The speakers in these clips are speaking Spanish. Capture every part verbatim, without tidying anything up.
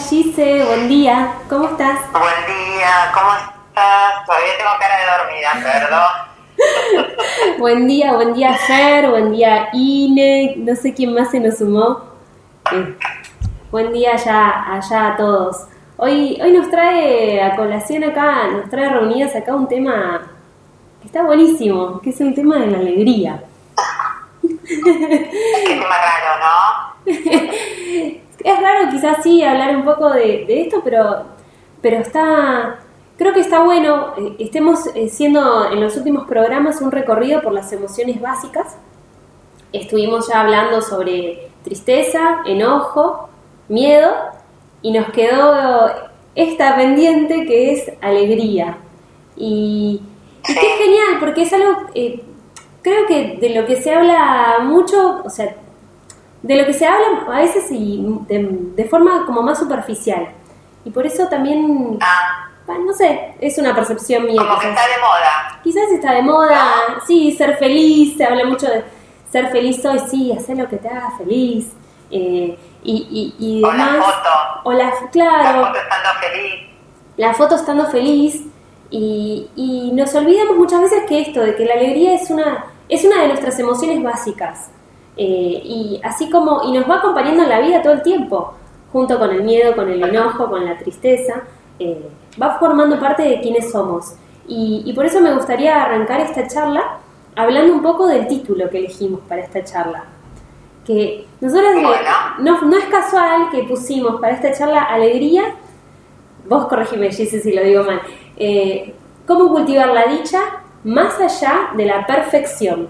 Gise, buen día, ¿cómo estás? Buen día, ¿cómo estás? Todavía tengo cara de dormida, perdón. Buen día, buen día Fer, buen día Ine, no sé quién más se nos sumó. Eh, buen día allá, allá a todos. Hoy, hoy nos trae a colación acá, nos trae reunidas acá un tema que está buenísimo, que es el tema de la alegría. Qué tema raro, ¿no? Es raro quizás sí hablar un poco de, de esto, pero, pero está, creo que está bueno, eh, estemos haciendo en los últimos programas un recorrido por las emociones básicas. Estuvimos ya hablando sobre tristeza, enojo, miedo, y nos quedó esta pendiente que es alegría. Y, y qué genial, porque es algo, eh, creo que de lo que se habla mucho, o sea, de lo que se habla a veces y de, de forma como más superficial. Y por eso también, Ah, bueno, no sé, es una percepción mía. como que Quizás, está de moda. quizás está de moda, sí, ser feliz, se habla mucho de ser feliz hoy, sí, hacer lo que te haga feliz. Eh, y, y, y O demás. la foto. O la, claro. La foto estando feliz. La foto estando feliz. Y, y nos olvidamos muchas veces que esto, de que la alegría es una, es una de nuestras emociones básicas. Eh, y así como, y nos va acompañando en la vida todo el tiempo, junto con el miedo, con el enojo, con la tristeza, eh, va formando parte de quiénes somos. Y, y por eso me gustaría arrancar esta charla hablando un poco del título que elegimos para esta charla. Que nosotros, Bueno. no, no es casual que pusimos para esta charla alegría, vos corregime Gise si lo digo mal, eh, cómo cultivar la dicha más allá de la perfección.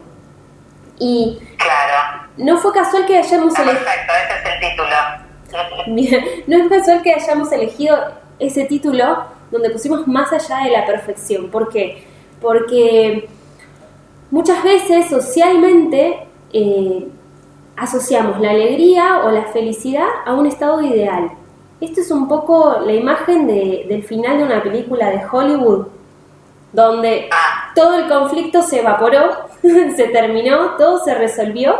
Y Claro. no fue casual que hayamos Está elegido, perfecto, ese es el título. no es casual que hayamos elegido ese título donde pusimos más allá de la perfección. ¿Por qué? Porque muchas veces socialmente eh, asociamos la alegría o la felicidad a un estado ideal. Esto es un poco la imagen de, del final de una película de Hollywood, donde Ah, todo el conflicto se evaporó, se terminó, todo se resolvió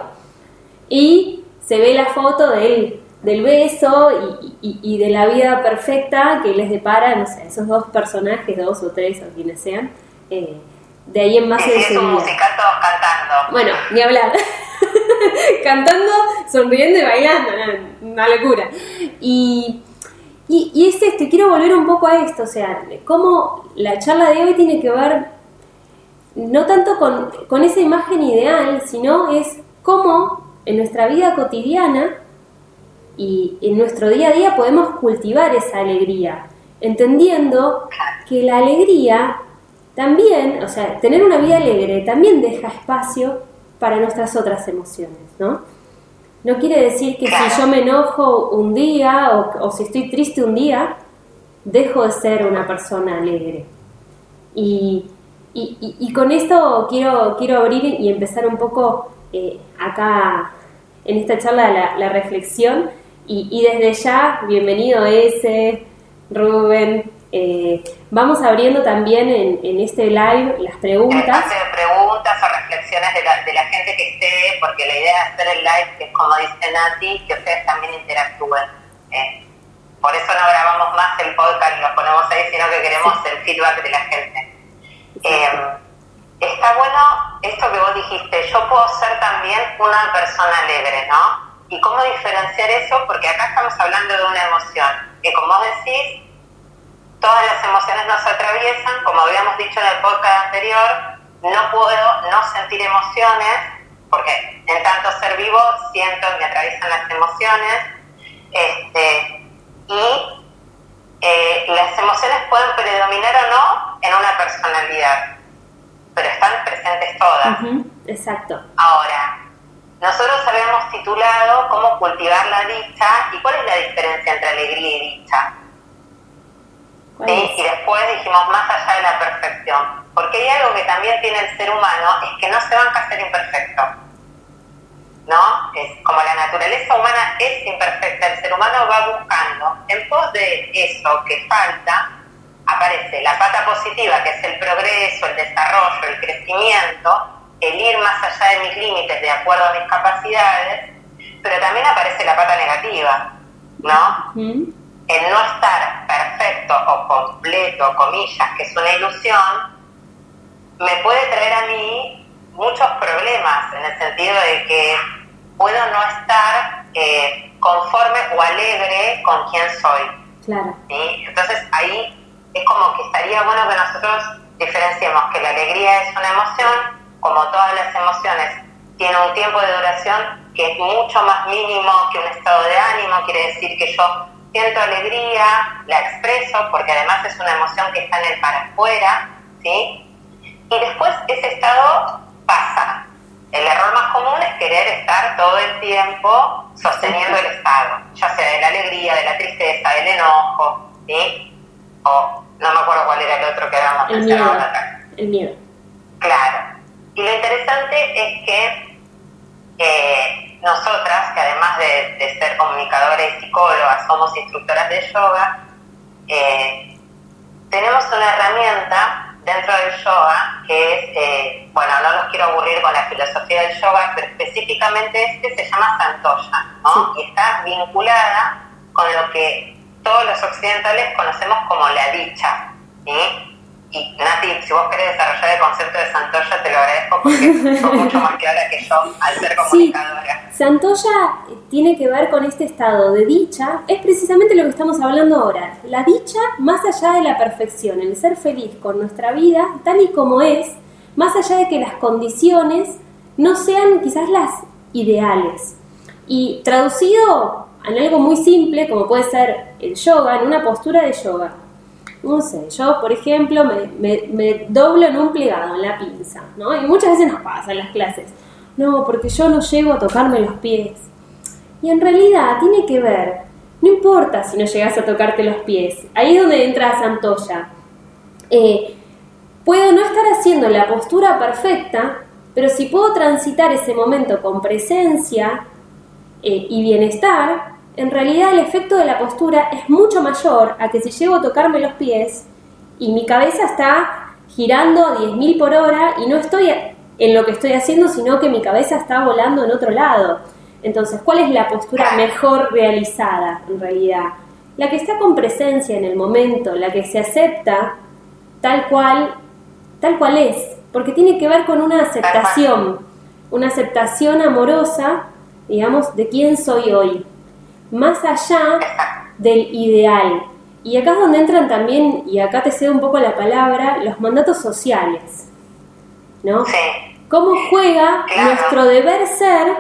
y se ve la foto del, del beso y, y, y de la vida perfecta que les depara, no sé, esos dos personajes, dos o tres o quienes sean, eh, de ahí en más y de si es su un vida. musical todos cantando. Bueno, ni hablar. Cantando, sonriendo y bailando, no, una locura. Y, y, y es este, quiero volver un poco a esto, o sea, cómo la charla de hoy tiene que ver no tanto con, con esa imagen ideal, sino es cómo en nuestra vida cotidiana y en nuestro día a día podemos cultivar esa alegría, entendiendo que la alegría también, o sea, tener una vida alegre también deja espacio para nuestras otras emociones, ¿no? No quiere decir que si yo me enojo un día o, o si estoy triste un día, dejo de ser una persona alegre. Y, y, y, y con esto quiero, quiero abrir y empezar un poco eh, acá en esta charla la, la reflexión. Y, y desde ya, bienvenido ese, Rubén. Eh, vamos abriendo también en, en este live las El preguntas. espacio de preguntas o reflexiones de la, de la gente que esté, porque la idea de hacer el live, que es como dice Nati, que ustedes también interactúen. ¿eh? Por eso no grabamos más el podcast, lo ponemos ahí, sino que queremos el feedback de la gente. Eh, está bueno esto que vos dijiste, yo puedo ser también una persona alegre, ¿no? ¿Y cómo diferenciar eso? Porque acá estamos hablando de una emoción, que como vos decís, todas las emociones nos atraviesan, como habíamos dicho en el podcast anterior, no puedo no sentir emociones, porque en tanto ser vivo siento que me atraviesan las emociones, este, y eh, las emociones pueden predominar o no en una personalidad, pero están presentes todas. Uh-huh, exacto. Ahora, nosotros habíamos titulado cómo cultivar la dicha y cuál es la diferencia entre alegría y dicha. ¿Sí? Y después dijimos más allá de la perfección, porque hay algo que también tiene el ser humano, es que no se banca a ser imperfecto, ¿no? Es como la naturaleza humana es imperfecta, el ser humano va buscando, en pos de eso que falta, aparece la pata positiva, que es el progreso, el desarrollo, el crecimiento, el ir más allá de mis límites de acuerdo a mis capacidades, pero también aparece la pata negativa, ¿no? ¿Mm? el no estar perfecto o completo, comillas, que es una ilusión, me puede traer a mí muchos problemas, en el sentido de que puedo no estar eh, conforme o alegre con quien soy. Claro. ¿Sí? Entonces ahí es como que estaría bueno que nosotros diferenciemos que la alegría es una emoción, como todas las emociones, tiene un tiempo de duración que es mucho más mínimo que un estado de ánimo. Quiere decir que yo siento alegría, la expreso, porque además es una emoción que está en el para afuera, ¿sí? Y después ese estado pasa. El error más común es querer estar todo el tiempo sosteniendo el estado, ya sea de la alegría, de la tristeza, del enojo, ¿sí? O no me acuerdo cuál era el otro que habíamos mencionado acá. El miedo. Claro. Y lo interesante es que eh, nosotras, que además de, de ser comunicadoras y psicólogas, somos instructoras de yoga, eh, tenemos una herramienta dentro del yoga que es, eh, bueno, no los quiero aburrir con la filosofía del yoga, pero específicamente este se llama Santoya, ¿no? Sí. Y está vinculada con lo que todos los occidentales conocemos como la dicha, ¿sí? Y Nati, si vos querés desarrollar el concepto de Santoya, te lo agradezco porque sos mucho más clara que yo al ser comunicadora. Sí, Santoya tiene que ver con este estado de dicha, es precisamente lo que estamos hablando ahora. La dicha más allá de la perfección, el ser feliz con nuestra vida tal y como es, más allá de que las condiciones no sean quizás las ideales. Y traducido en algo muy simple, como puede ser el yoga, en una postura de yoga. No sé, yo, por ejemplo, me, me, me doblo en un plegado, en la pinza, ¿no? Y muchas veces nos pasa en las clases. No, porque yo no llego a tocarme los pies. Y en realidad tiene que ver, no importa si no llegas a tocarte los pies. Ahí es donde entra Santoya. Eh, puedo no estar haciendo la postura perfecta, pero si puedo transitar ese momento con presencia eh, y bienestar, en realidad el efecto de la postura es mucho mayor a que si llego a tocarme los pies y mi cabeza está girando a diez mil por hora y no estoy en lo que estoy haciendo, sino que mi cabeza está volando en otro lado. Entonces, ¿cuál es la postura mejor realizada en realidad? La que está con presencia en el momento, la que se acepta tal cual, tal cual es, porque tiene que ver con una aceptación, una aceptación amorosa, digamos, de quién soy hoy, más allá del ideal. Y acá es donde entran también, y acá te cedo un poco la palabra, los mandatos sociales, ¿no? Sí. ¿Cómo juega claro. nuestro deber ser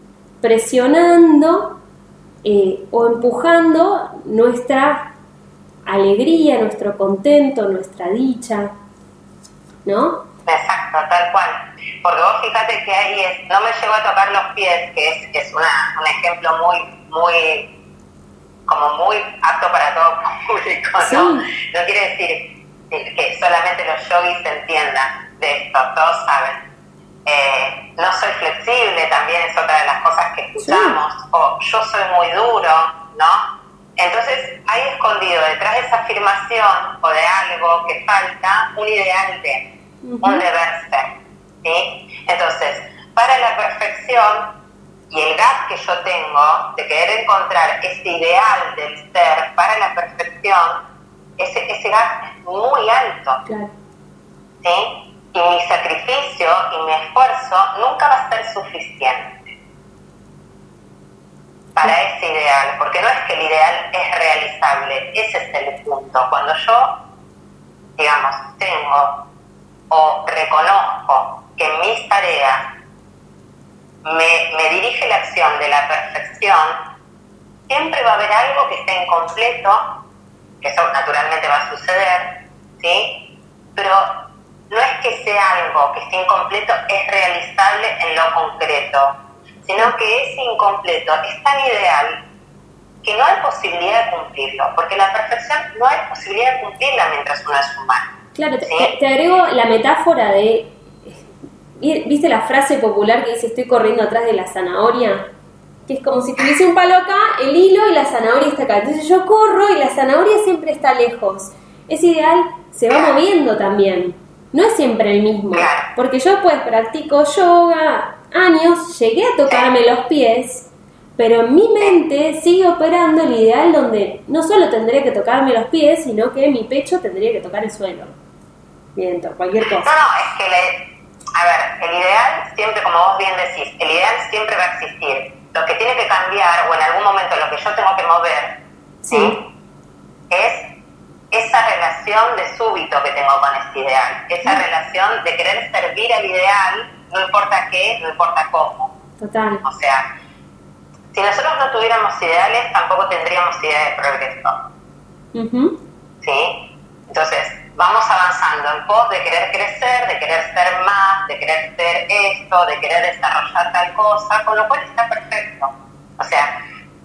presionando eh, o empujando nuestra alegría, nuestro contento, nuestra dicha, ¿no? Exacto, tal cual. Porque vos fíjate que ahí es, no me llevo a tocar los pies, que es, es una, un ejemplo muy, muy, como muy apto para todo público, ¿no? Sí. No quiere decir que solamente los yogis entiendan de esto, todos saben. Eh, no soy flexible, también es otra de las cosas que escuchamos, sí. O yo soy muy duro, ¿no? Entonces hay escondido detrás de esa afirmación o de algo que falta un ideal de, uh-huh. un deber ser, ¿sí? Entonces, para la perfección y el gap que yo tengo de querer encontrar ese ideal del ser para la perfección, ese, ese gap es muy alto, claro. ¿sí? Y mi sacrificio y mi esfuerzo nunca va a ser suficiente para sí. ese ideal, porque no es que el ideal es realizable, ese es el punto. Cuando yo, digamos, tengo o reconozco que en mis tareas me, me dirige la acción de la perfección, siempre va a haber algo que esté incompleto, que eso naturalmente va a suceder, ¿sí? Pero no es que sea algo que esté incompleto, es realizable en lo concreto, sino que ese incompleto es tan ideal que no hay posibilidad de cumplirlo, porque la perfección no hay posibilidad de cumplirla mientras uno es humano. Claro, ¿sí? te, te agrego la metáfora de, ¿viste la frase popular que dice estoy corriendo atrás de la zanahoria? Que es como si tuviese un palo acá, el hilo y la zanahoria está acá. Entonces yo corro y la zanahoria siempre está lejos. Ese ideal se va moviendo también. No es siempre el mismo, porque yo pues practico yoga años, llegué a tocarme los pies, Pero en mi mente sigue operando el ideal donde no solo tendría que tocarme los pies, sino que mi pecho tendría que tocar el suelo. Viento, cualquier cosa. No, no, es que, le, a ver, el ideal siempre, como vos bien decís, el ideal siempre va a existir. Lo que tiene que cambiar, o en algún momento lo que yo tengo que mover, sí, ¿sí? Es esa relación de súbito que tengo con este ideal. Esa mm. relación de querer servir al ideal, no importa qué, no importa cómo. Total. O sea, si nosotros no tuviéramos ideales, tampoco tendríamos idea de progreso. Uh-huh. ¿Sí? Entonces, vamos avanzando en pos de querer crecer, de querer ser más, de querer ser esto, de querer desarrollar tal cosa, con lo cual está perfecto. O sea,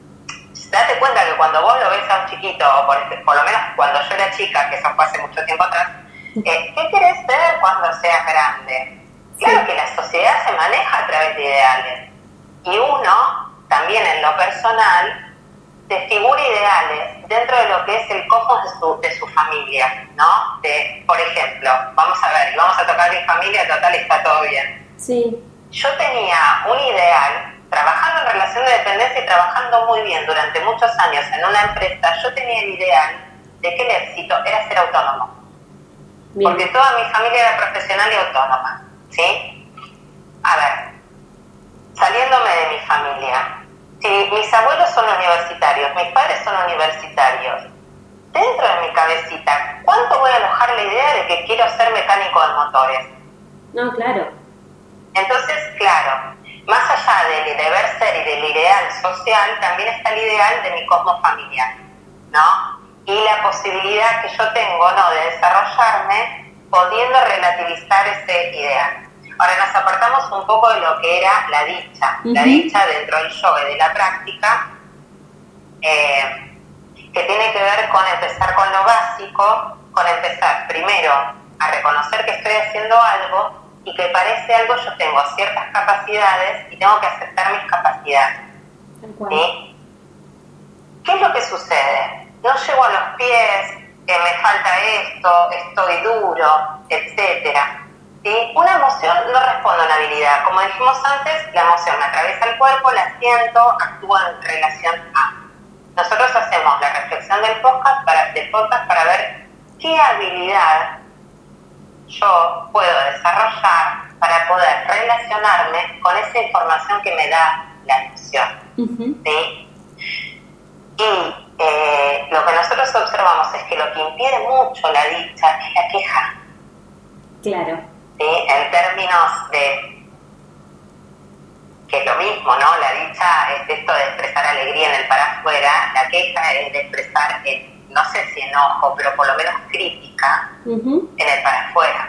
date cuenta que cuando vos lo ves a un chiquito, o por, por lo menos cuando yo era chica, que eso fue hace mucho tiempo atrás, eh, ¿qué querés ser cuando seas grande? Claro sí. que la sociedad se maneja a través de ideales. Y uno, también en lo personal, se figura ideales dentro de lo que es el cosmos de su, de su familia, ¿no? De, por ejemplo, vamos a ver, y vamos a tocar mi familia, total, está todo bien. Sí. Yo tenía un ideal, trabajando en relación de dependencia y trabajando muy bien durante muchos años en una empresa, yo tenía el ideal de que el éxito era ser autónomo. Bien. Porque toda mi familia era profesional y autónoma, ¿sí? A ver, saliéndome de mi familia, si mis abuelos son universitarios, mis padres son universitarios, dentro de mi cabecita, ¿cuánto voy a alojar la idea de que quiero ser mecánico de motores? No, claro. Entonces, claro, más allá del deber ser y del ideal social, también está el ideal de mi cosmos familiar, ¿no? Y la posibilidad que yo tengo, ¿no?, de desarrollarme pudiendo relativizar ese ideal. Ahora nos apartamos un poco de lo que era la dicha, uh-huh. la dicha dentro del yoga y de la práctica, eh, que tiene que ver con empezar con lo básico, con empezar primero a reconocer que estoy haciendo algo y que parece algo, yo tengo ciertas capacidades y tengo que aceptar mis capacidades. ¿Sí? ¿Qué es lo que sucede? No llego a los pies, eh, me falta esto, estoy duro, etcétera. ¿Sí? Una emoción no responde a una habilidad. Como dijimos antes, la emoción me atraviesa el cuerpo, la siento, actúa en relación a. Nosotros hacemos la reflexión del podcast para, del podcast para ver qué habilidad yo puedo desarrollar para poder relacionarme con esa información que me da la emoción. Uh-huh. ¿Sí? Y eh, lo que nosotros observamos es que lo que impide mucho la dicha es la queja. Claro. ¿Sí? En términos de que es lo mismo, ¿no? La dicha es esto de expresar alegría en el para afuera, la queja es de expresar, el, no sé si enojo, pero por lo menos crítica uh-huh. en el para afuera.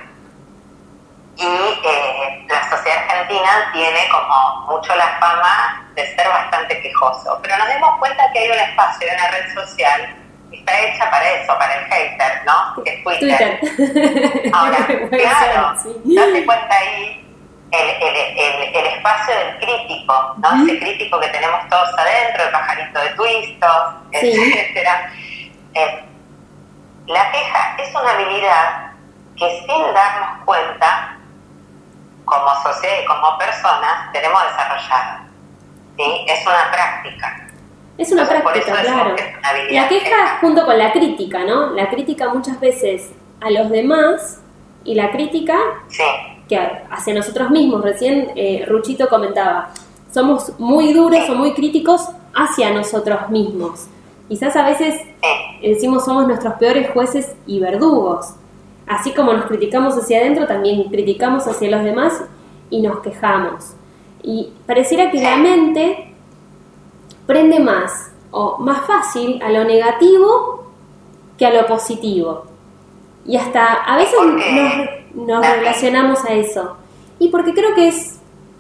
Y eh, la sociedad argentina tiene como mucho la fama de ser bastante quejoso, pero nos dimos cuenta que hay un espacio, una red social que está hecha para eso, para el hater, ¿no? Que es Twitter. Twitter. Ahora, claro, sí. Date cuenta ahí el, el, el, el espacio del crítico, ¿no? Uh-huh. Ese crítico que tenemos todos adentro, el pajarito de Twistos, sí. etcétera. Eh, la queja es una habilidad que sin darnos cuenta, como sociedad y como personas, tenemos desarrollada. ¿Sí? Es una práctica. Es una Entonces, práctica, claro. Es una la queja junto con la crítica, ¿no? La crítica muchas veces a los demás y la crítica sí. que hacia nosotros mismos. Recién eh, Ruchito comentaba, somos muy duros sí. o muy críticos hacia nosotros mismos. Quizás a veces sí. decimos somos nuestros peores jueces y verdugos. Así como nos criticamos hacia adentro, también criticamos hacia los demás y nos quejamos. Y pareciera que sí. la mente prende más o más fácil a lo negativo que a lo positivo. Y hasta a veces nos, nos relacionamos a eso. Y porque creo que es,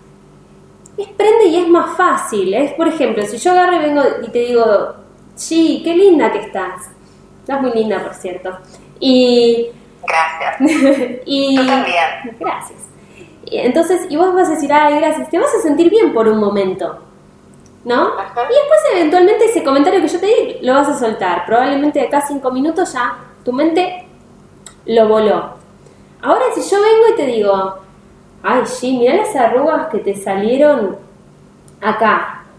es prende y es más fácil. Es, por ejemplo, si yo agarro y vengo y te digo, sí, qué linda que estás. Estás muy linda, por cierto. Y... Gracias. y, Tú también. Gracias. Y entonces, y vos vas a decir, ay, gracias, te vas a sentir bien por un momento, ¿no? Ajá. Y después, eventualmente, ese comentario que yo te di, lo vas a soltar. Probablemente de acá a cinco minutos ya tu mente lo voló. Ahora, si yo vengo y te digo, ay, sí, mirá las arrugas que te salieron acá.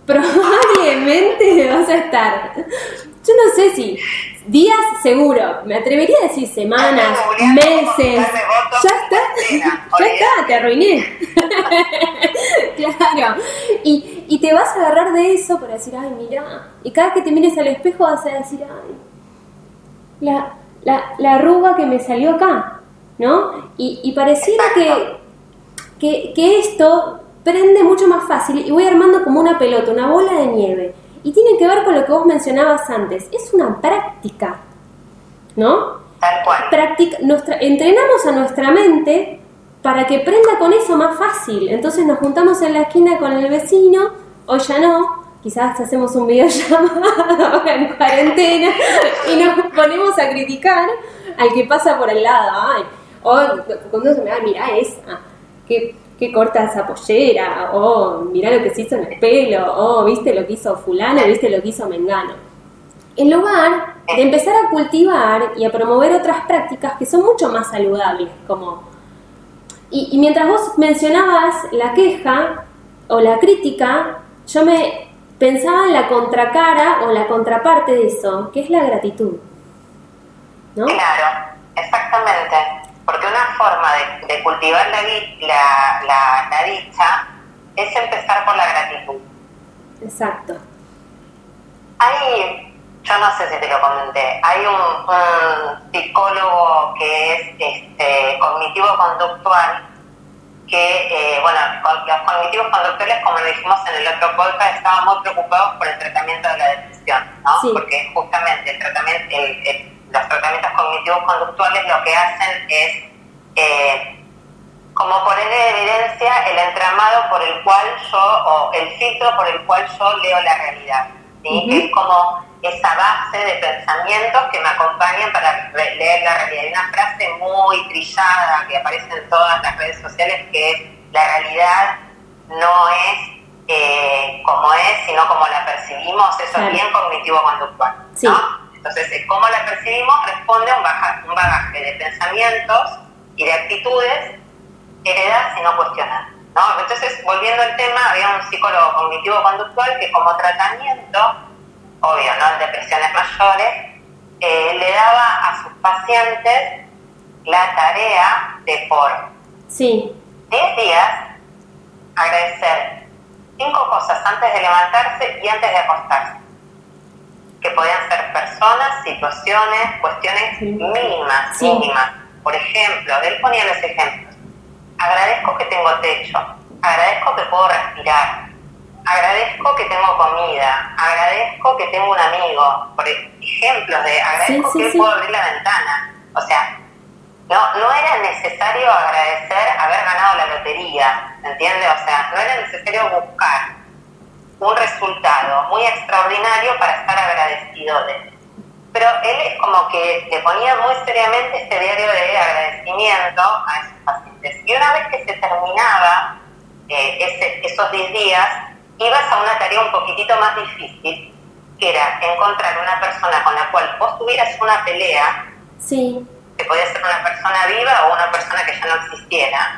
probablemente vas a estar, yo no sé si días seguro, me atrevería a decir semanas, meses, ya está, ya está, te arruiné. Claro, y, y te vas a agarrar de eso para decir, ay, mirá, y cada vez que te mires al espejo vas a decir, ay, la, la, la arruga que me salió acá, ¿no? Y, y pareciera que, que, que esto prende mucho más fácil y voy armando como una pelota, una bola de nieve. Y tiene que ver con lo que vos mencionabas antes. Es una práctica, ¿no? Tal cual. Practica, nuestra, entrenamos a nuestra mente para que prenda con eso más fácil. Entonces nos juntamos en la esquina con el vecino, o ya no, quizás hacemos un videollamado ahora en cuarentena y nos ponemos a criticar al que pasa por el lado. Ay, o cuando se me va, mirá esa, que... que corta esa pollera, o oh, mirá lo que se hizo en el pelo, o oh, viste lo que hizo fulano, viste lo que hizo mengano. En lugar de empezar a cultivar y a promover otras prácticas que son mucho más saludables, como... Y, y mientras vos mencionabas la queja o la crítica, yo me pensaba en la contracara o la contraparte de eso, que es la gratitud, ¿no? Claro, exactamente. Porque una forma de, de cultivar la, la, la, la dicha es empezar por la gratitud. Exacto. Hay, yo no sé si te lo comenté, hay un, un psicólogo que es este, cognitivo-conductual, que, eh, bueno, con, los cognitivos conductuales, como lo dijimos en el otro podcast, estaban muy preocupados por el tratamiento de la depresión, ¿no? Sí. Porque justamente el tratamiento, el, el, los tratamientos cognitivos conductuales lo que hacen es eh, como poner en evidencia el entramado por el cual yo, o el filtro por el cual yo leo la realidad, ¿sí? Uh-huh. Que es como esa base de pensamientos que me acompañan para leer la realidad. Hay una frase muy trillada que aparece en todas las redes sociales que es: la realidad no es eh, como es, sino como la percibimos. Eso claro. Es bien cognitivo-conductual, sí. ¿no? Entonces, cómo la percibimos responde a un bagaje, un bagaje de pensamientos y de actitudes heredadas y no cuestionadas, ¿no? Entonces, volviendo al tema, había un psicólogo cognitivo-conductual que como tratamiento, obvio, ¿no?, en depresiones mayores, eh, le daba a sus pacientes la tarea de por sí. diez días agradecer cinco cosas antes de levantarse y antes de acostarse, que podían ser personas, situaciones, cuestiones sí. mínimas, sí. mínimas. Por ejemplo, él ponía los ejemplos: agradezco que tengo techo, agradezco que puedo respirar, agradezco que tengo comida, agradezco que tengo un amigo, por ejemplos de agradezco sí, sí, que sí. puedo abrir la ventana. O sea, no, no era necesario agradecer haber ganado la lotería, ¿entiendes? O sea, no era necesario buscar un resultado muy extraordinario para estar agradecido de él. Pero él es como que le ponía muy seriamente este diario de agradecimiento a esos pacientes. Y una vez que se terminaba eh, ese, esos diez días, ibas a una tarea un poquitito más difícil, que era encontrar una persona con la cual vos tuvieras una pelea, sí. que podía ser una persona viva o una persona que ya no existiera,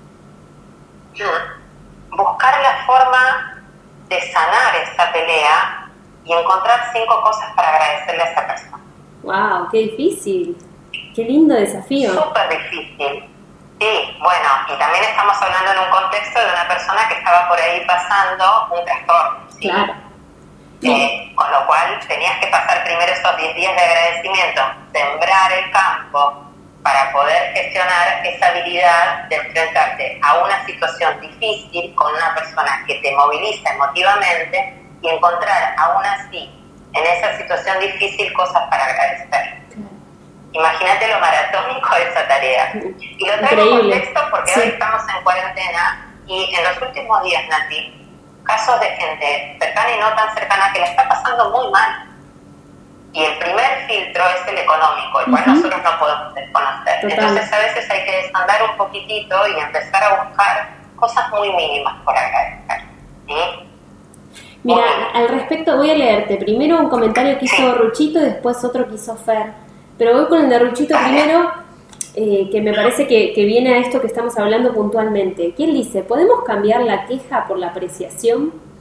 buscar la forma de sanar esa pelea y encontrar cinco cosas para agradecerle a esa persona. ¡Wow! ¡Qué difícil! ¡Qué lindo desafío! Súper difícil. Sí, bueno, y también estamos hablando en un contexto de una persona que estaba por ahí pasando un trastorno, ¿sí? Claro. Eh, con lo cual tenías que pasar primero esos diez días de agradecimiento, sembrar el campo para poder gestionar esa habilidad de enfrentarte a una situación difícil con una persona que te moviliza emotivamente y encontrar aún así en esa situación difícil cosas para agradecer. Imagínate lo maratónico de esa tarea. Y lo traigo en contexto porque sí. hoy estamos en cuarentena y en los últimos días, Nati, casos de gente cercana y no tan cercana que la está pasando muy mal. Y el primer filtro es el económico, el cual uh-huh. nosotros no podemos desconocer. Total. Entonces a veces hay que desandar un poquitito y empezar a buscar cosas muy mínimas por agradecer. ¿Sí? Mira, al respecto voy a leerte primero un comentario que hizo sí. Ruchito y después otro que hizo Fer. Pero voy con el de Ruchito Dale. primero, eh, que me parece que, que viene a esto que estamos hablando puntualmente. ¿Quién dice? ¿Podemos cambiar la queja por la apreciación?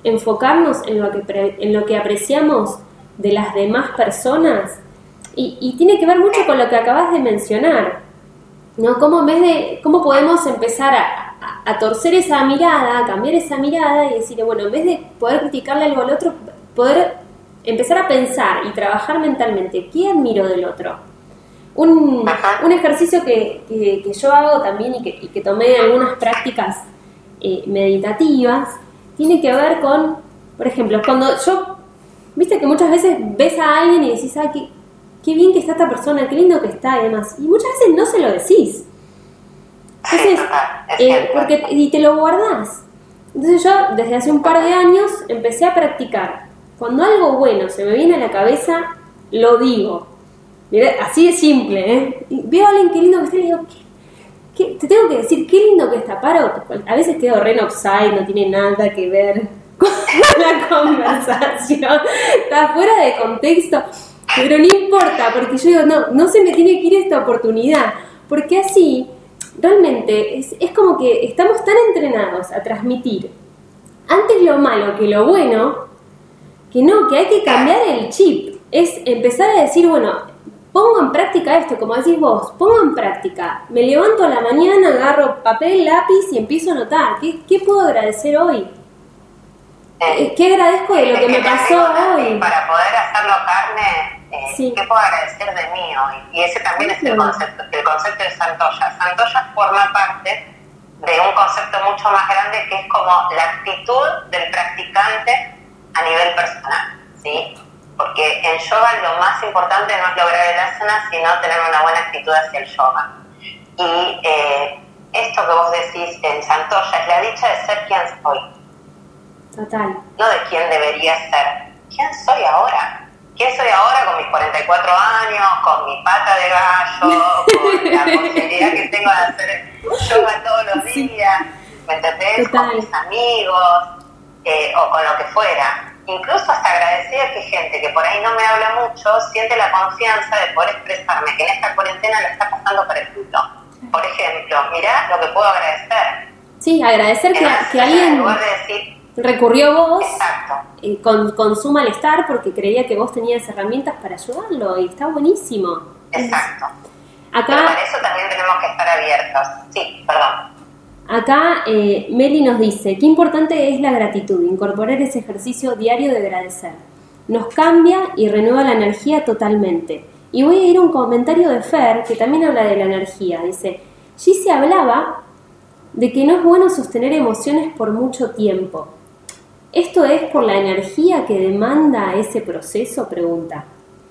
enfocarnos en lo que, pre, en lo que apreciamos de las demás personas, y, y tiene que ver mucho con lo que acabas de mencionar, ¿no? Cómo, en vez de, cómo podemos empezar a, a, a torcer esa mirada, a cambiar esa mirada y decir, bueno, en vez de poder criticarle algo al otro, poder empezar a pensar y trabajar mentalmente, ¿qué admiro del otro? Un, un ejercicio que, que, que yo hago también y que, y que tomé en algunas prácticas eh, meditativas, tiene que ver con, por ejemplo, cuando yo, viste que muchas veces ves a alguien y decís, ay, qué, qué bien que está esta persona, qué lindo que está y demás, y muchas veces no se lo decís. Entonces, eh, porque, y te lo guardás. Entonces yo, desde hace un par de años, empecé a practicar. Cuando algo bueno se me viene a la cabeza, lo digo. Mirá, así de simple, ¿eh? Y veo a alguien qué lindo que está y le digo, ¿qué? ¿Qué? Te tengo que decir, qué lindo que está. Paro, a veces quedo re en offside, no tiene nada que ver con la conversación. Está fuera de contexto, pero no importa, porque yo digo, no, no se me tiene que ir esta oportunidad. Porque así, realmente, es, es como que estamos tan entrenados a transmitir antes lo malo que lo bueno, que no, que hay que cambiar el chip. Es empezar a decir, bueno, pongo en práctica esto, como decís vos, pongo en práctica. Me levanto a la mañana, agarro papel, lápiz y empiezo a anotar. ¿Qué, qué puedo agradecer hoy? Eh, ¿Qué agradezco de lo que me pasó hoy? Para poder hacerlo carne, eh, sí. ¿Qué puedo agradecer de mí hoy? Y ese también es el concepto, el concepto de Santoya. Santoya forma parte de un concepto mucho más grande que es como la actitud del practicante a nivel personal, ¿sí? Porque en yoga lo más importante no es lograr el asana, sino tener una buena actitud hacia el yoga. Y eh, esto que vos decís en Santoya es la dicha de ser quien soy. Total. No de quién debería ser. ¿Quién soy ahora? ¿Quién soy ahora con mis cuarenta y cuatro años, con mi pata de gallo, con la posibilidad que tengo de hacer yoga todos los sí. días? ¿Me entendés? Total. Con mis amigos eh, o con lo que fuera. Incluso hasta agradecida que gente que por ahí no me habla mucho siente la confianza de poder expresarme que en esta cuarentena lo está pasando por el fruto. Por ejemplo, mirá lo que puedo agradecer. Sí, agradecer que, que alguien en lugar de decir, recurrió a vos eh, con, con su malestar porque creía que vos tenías herramientas para ayudarlo y está buenísimo. Exacto. Acá, pero para eso también tenemos que estar abiertos. Sí, perdón. Acá eh, Meli nos dice, qué importante es la gratitud, incorporar ese ejercicio diario de agradecer. Nos cambia y renueva la energía totalmente. Y voy a ir a un comentario de Fer, que también habla de la energía. Dice, Gigi hablaba de que no es bueno sostener emociones por mucho tiempo. ¿Esto es por la energía que demanda ese proceso? Pregunta.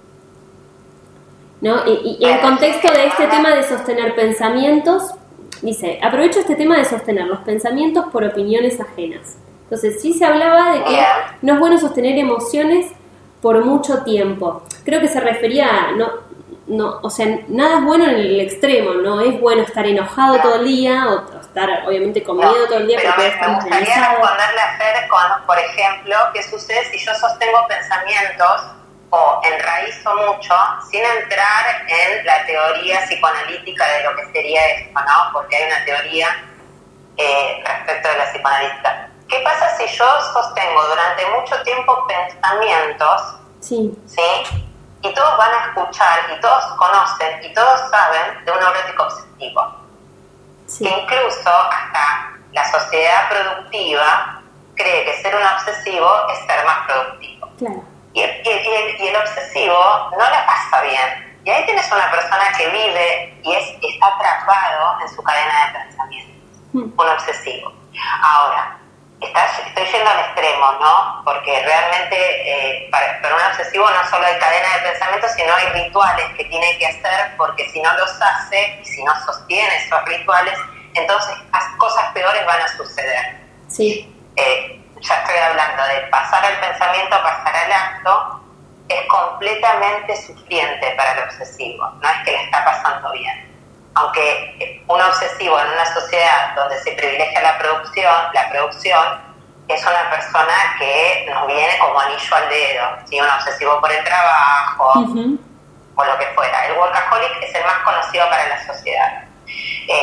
¿No? Y, y en contexto de este tema de sostener pensamientos, dice, aprovecho este tema de sostener los pensamientos por opiniones ajenas. Entonces, sí se hablaba de que no es bueno sostener emociones por mucho tiempo. Creo que se refería a, no, no, o sea, nada es bueno en el extremo, no es bueno estar enojado todo el día o estar, obviamente, con miedo no, todo el día. Pero me, me gustaría responderle a Fer con, por ejemplo, qué sucede si yo sostengo pensamientos o enraizo mucho sin entrar en la teoría psicoanalítica de lo que sería esto, ¿no? Porque hay una teoría eh, respecto de la psicoanalítica. ¿Qué pasa si yo sostengo durante mucho tiempo pensamientos, sí, ¿sí? Y todos van a escuchar, y todos conocen, y todos saben de un neurótico obsesivo? Sí. Que incluso hasta la sociedad productiva cree que ser un obsesivo es ser más productivo. Claro. Y el, y, el, y el obsesivo no la pasa bien. Y ahí tienes una persona que vive y es, está atrapado en su cadena de pensamientos. Mm. Un obsesivo. Ahora, está, estoy yendo al extremo, ¿no? Porque realmente eh, para, para un obsesivo no solo hay cadena de pensamientos, sino hay rituales que tiene que hacer, porque si no los hace y si no sostiene esos rituales, entonces las cosas peores van a suceder. Sí. Eh, ya estoy hablando de pasar al pensamiento a pasar al acto, es completamente sufriente para el obsesivo, no es que le está pasando bien. Aunque un obsesivo en una sociedad donde se privilegia la producción, la producción es una persona que nos viene como anillo al dedo, ¿sí? Un obsesivo por el trabajo, uh-huh. o lo que fuera. El workaholic es el más conocido para la sociedad.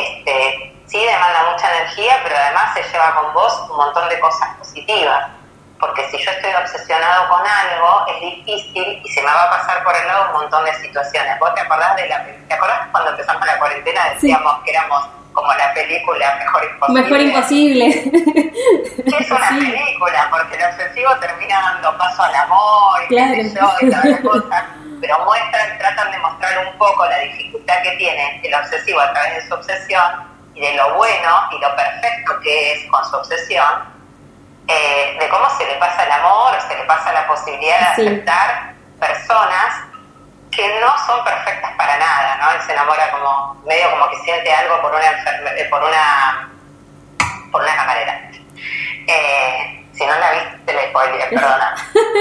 Este, sí, demanda mucha energía, pero además se lleva con vos un montón de cosas positivas. porque si yo estoy obsesionado con algo, es difícil y se me va a pasar por el lado un montón de situaciones. ¿Vos te acordás de la ¿Te acordás cuando empezamos la cuarentena? Decíamos sí. que éramos como la película Mejor Imposible. Mejor Imposible. Es una sí. película, porque el obsesivo termina dando paso al amor y claro. qué sé yo, y todas las cosas, pero muestran, tratan de mostrar un poco la dificultad que tiene el obsesivo a través de su obsesión y de lo bueno y lo perfecto que es con su obsesión, eh, de cómo se le pasa el amor, o se le pasa la posibilidad de sí. aceptar personas que no son perfectas para nada, ¿no? Él se enamora como, medio como que siente algo por una enferme, por una por una camarera. Eh, si no la viste, te la spoiler, perdona.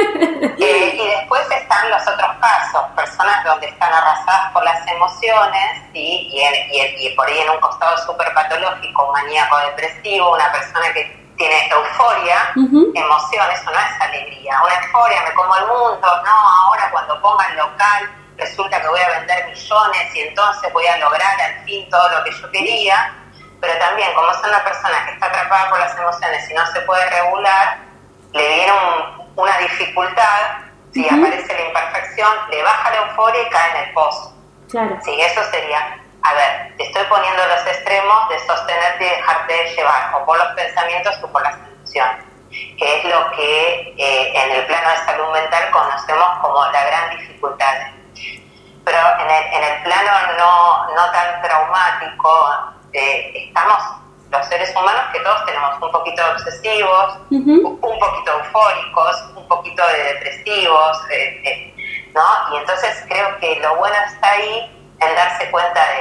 eh, y después están los otros casos, personas donde están arrasadas por las emociones, ¿sí? y, en, y, en, y por ahí en un costado súper patológico, un maníaco depresivo, una persona que tiene euforia, uh-huh. emoción, eso no es alegría. Una euforia, me como el mundo, no, ahora cuando ponga el local resulta que voy a vender millones y entonces voy a lograr al fin todo lo que yo quería. Pero también, como es una persona que está atrapada por las emociones y no se puede regular, le viene un, una dificultad, si uh-huh. aparece la imperfección, le baja la euforia y cae en el pozo. Claro. Sí, eso sería, a ver, te estoy poniendo los extremos de sostenerte y dejarte llevar, o por los pensamientos o por las emociones, que es lo que eh, en el plano de salud mental conocemos como la gran dificultad. Pero en el, en el plano no, no tan traumático, Eh, estamos los seres humanos que todos tenemos un poquito de obsesivos, uh-huh. un poquito eufóricos, un poquito de depresivos, eh, eh, ¿no? Y entonces creo que lo bueno está ahí en darse cuenta de,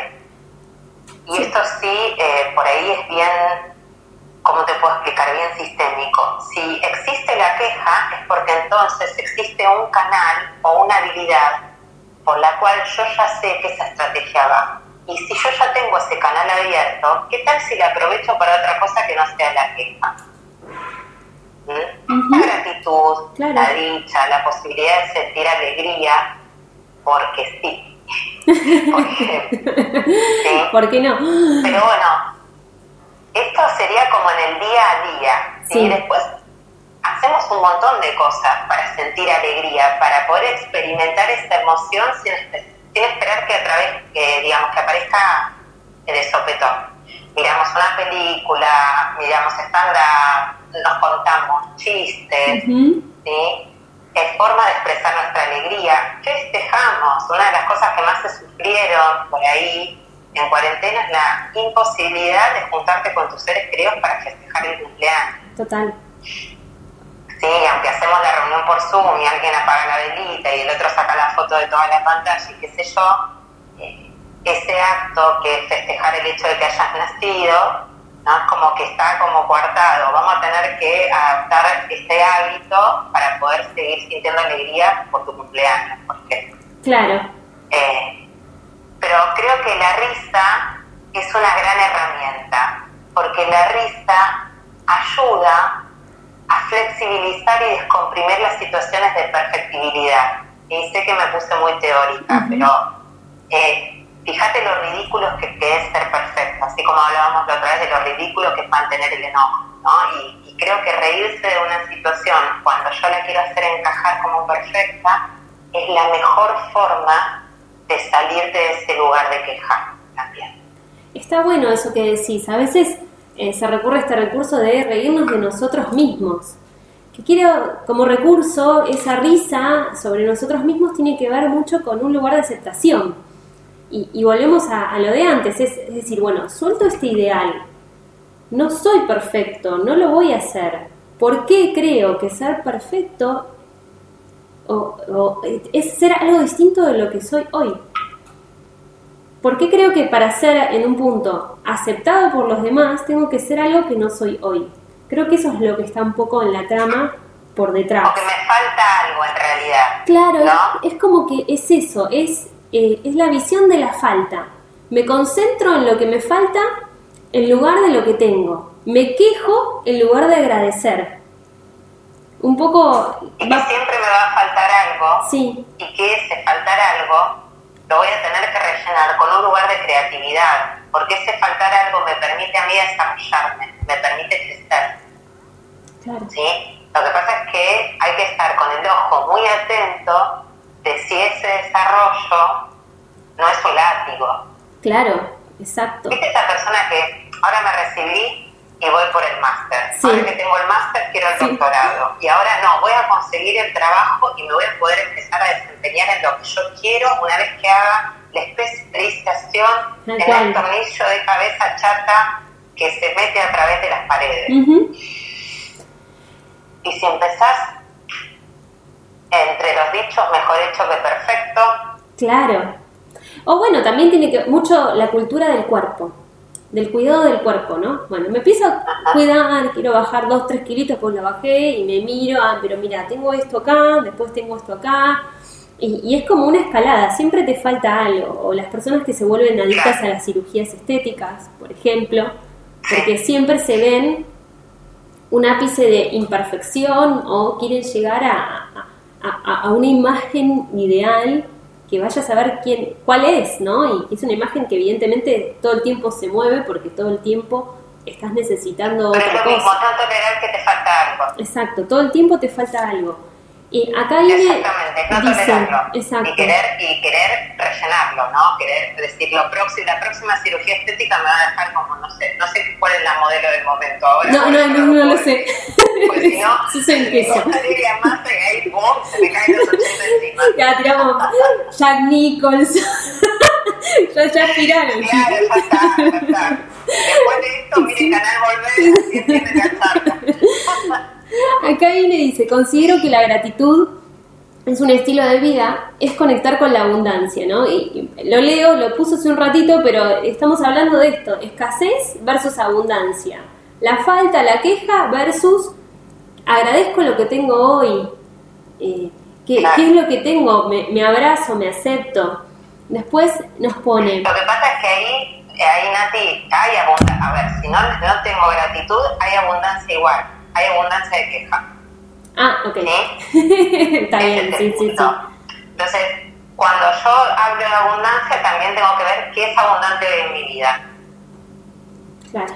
y sí. esto sí, eh, por ahí es bien, ¿cómo te puedo explicar? Bien sistémico. Si existe la queja es porque entonces existe un canal o una habilidad por la cual yo ya sé que esa estrategia va. Y si yo ya tengo ese canal abierto, ¿qué tal si la aprovecho para otra cosa que no sea la queja? ¿Mm? Uh-huh. La gratitud, claro. la dicha, la posibilidad de sentir alegría, porque sí. Por ejemplo. ¿Sí? ¿Por qué no? Pero bueno, esto sería como en el día a día. ¿Sí? Sí. Después hacemos un montón de cosas para sentir alegría, para poder experimentar esa emoción sin especial. sin esperar que a través, que digamos, que aparezca de sopetón. Miramos una película, miramos stand-up, nos contamos chistes, uh-huh. ¿sí? Es forma de expresar nuestra alegría. Festejamos. Una de las cosas que más se sufrieron por ahí en cuarentena es la imposibilidad de juntarte con tus seres queridos para festejar el cumpleaños. Total. Sí, aunque hacemos la reunión por Zoom y alguien apaga la velita y el otro saca la foto de toda la pantalla y qué sé yo, eh, ese acto que es festejar el hecho de que hayas nacido, ¿no? Es como que está como coartado. Vamos a tener que adaptar este hábito para poder seguir sintiendo alegría por tu cumpleaños, por ejemplo. Claro. Eh, pero creo que la risa es una gran herramienta, porque la risa ayuda a flexibilizar y descomprimir las situaciones de perfectibilidad. Y sé que me puse muy teórica, uh-huh. pero eh, fíjate lo ridículo que, que es ser perfecto, así como hablábamos la otra vez de lo ridículo que es mantener el enojo, ¿no? Y, y creo que reírse de una situación cuando yo la quiero hacer encajar como perfecta es la mejor forma de salir de ese lugar de queja también. Está bueno eso que decís. A veces Eh, se recurre a este recurso de reírnos de nosotros mismos. Que quiero, como recurso, esa risa sobre nosotros mismos tiene que ver mucho con un lugar de aceptación. Y, y volvemos a, a lo de antes, es, es decir, bueno, suelto este ideal. No soy perfecto, no lo voy a hacer. ¿Por qué creo que ser perfecto o, o, es ser algo distinto de lo que soy hoy? ¿Por qué creo que para ser en un punto aceptado por los demás tengo que ser algo que no soy hoy? Creo que eso es lo que está un poco en la trama por detrás. O que me falta algo en realidad. Claro, ¿no? es, es como que es eso, es, eh, es la visión de la falta. Me concentro en lo que me falta en lugar de lo que tengo. Me quejo en lugar de agradecer. Un poco... Y que va... siempre me va a faltar algo. Sí. Y que ese faltar algo lo voy a tener que rellenar con un lugar de creatividad, porque ese faltar algo me permite a mí desarrollarme, me permite crecer. Claro. ¿Sí? Lo que pasa es que hay que estar con el ojo muy atento de si ese desarrollo no es un látigo. Claro, exacto. ¿Viste esa persona que ahora me recibí y voy por el máster? Sí. Ahora que tengo el máster quiero el Sí. doctorado. Y ahora no, voy a conseguir el trabajo y me voy a poder empezar a desempeñar en lo que yo quiero una vez que haga la especialización Tal en cual. el tornillo de cabeza chata que se mete a través de las paredes. Uh-huh. Y si empezás entre los dichos, mejor hecho que perfecto. Claro. O bueno, también tiene que mucho la cultura del cuerpo, del cuidado del cuerpo, ¿no? Bueno, me empiezo a cuidar, quiero bajar dos, tres kilitos, pues la bajé y me miro, ah, pero mira, tengo esto acá, después tengo esto acá. Y, y es como una escalada, siempre te falta algo. O las personas que se vuelven adictas a las cirugías estéticas, por ejemplo, porque siempre se ven un ápice de imperfección o quieren llegar a, a, a, a una imagen ideal que vaya a saber quién, cuál es, ¿no? Y es una imagen que evidentemente todo el tiempo se mueve porque todo el tiempo estás necesitando Pero otra es lo mismo, cosa. no tolerar que te falta algo. Exacto, todo el tiempo te falta algo. Y acá viene, Exactamente, no dice, tolerarlo. exacto. Y querer, y querer rellenarlo, ¿no? Querer decir, lo próximo, la próxima cirugía estética me va a dejar como, no sé, no sé cuál es la modelo del momento ahora. No, no, no, no lo sé. Pues si no, Sí sé en qué digo, son. Valeria Massa y ahí, ¡bum!, se me caen los ochenta encima. Ya tiramos Jack Nicholson. ya, ya aspiraron. Claro, ya está, ya está. Después de esto, mire Sí. Canal Volver, así entiende la charla. Acá viene y dice, considero que la gratitud es un estilo de vida, es conectar con la abundancia, ¿no? Y, y lo leo, lo puse hace un ratito, pero estamos hablando de esto, escasez versus abundancia. La falta, la queja versus agradezco lo que tengo hoy. Eh, ¿qué, Claro. ¿Qué es lo que tengo? Me, me abrazo, me acepto. Después nos pone... Lo que pasa es que ahí, ahí Nati, hay abundancia. A ver, si no, no tengo gratitud, hay abundancia igual. Hay abundancia de queja. Ah, ok. ¿Sí? Está Ese bien, es sí, el sí, sí. punto. Entonces, cuando yo hablo de abundancia, también tengo que ver qué es abundante en mi vida. Claro.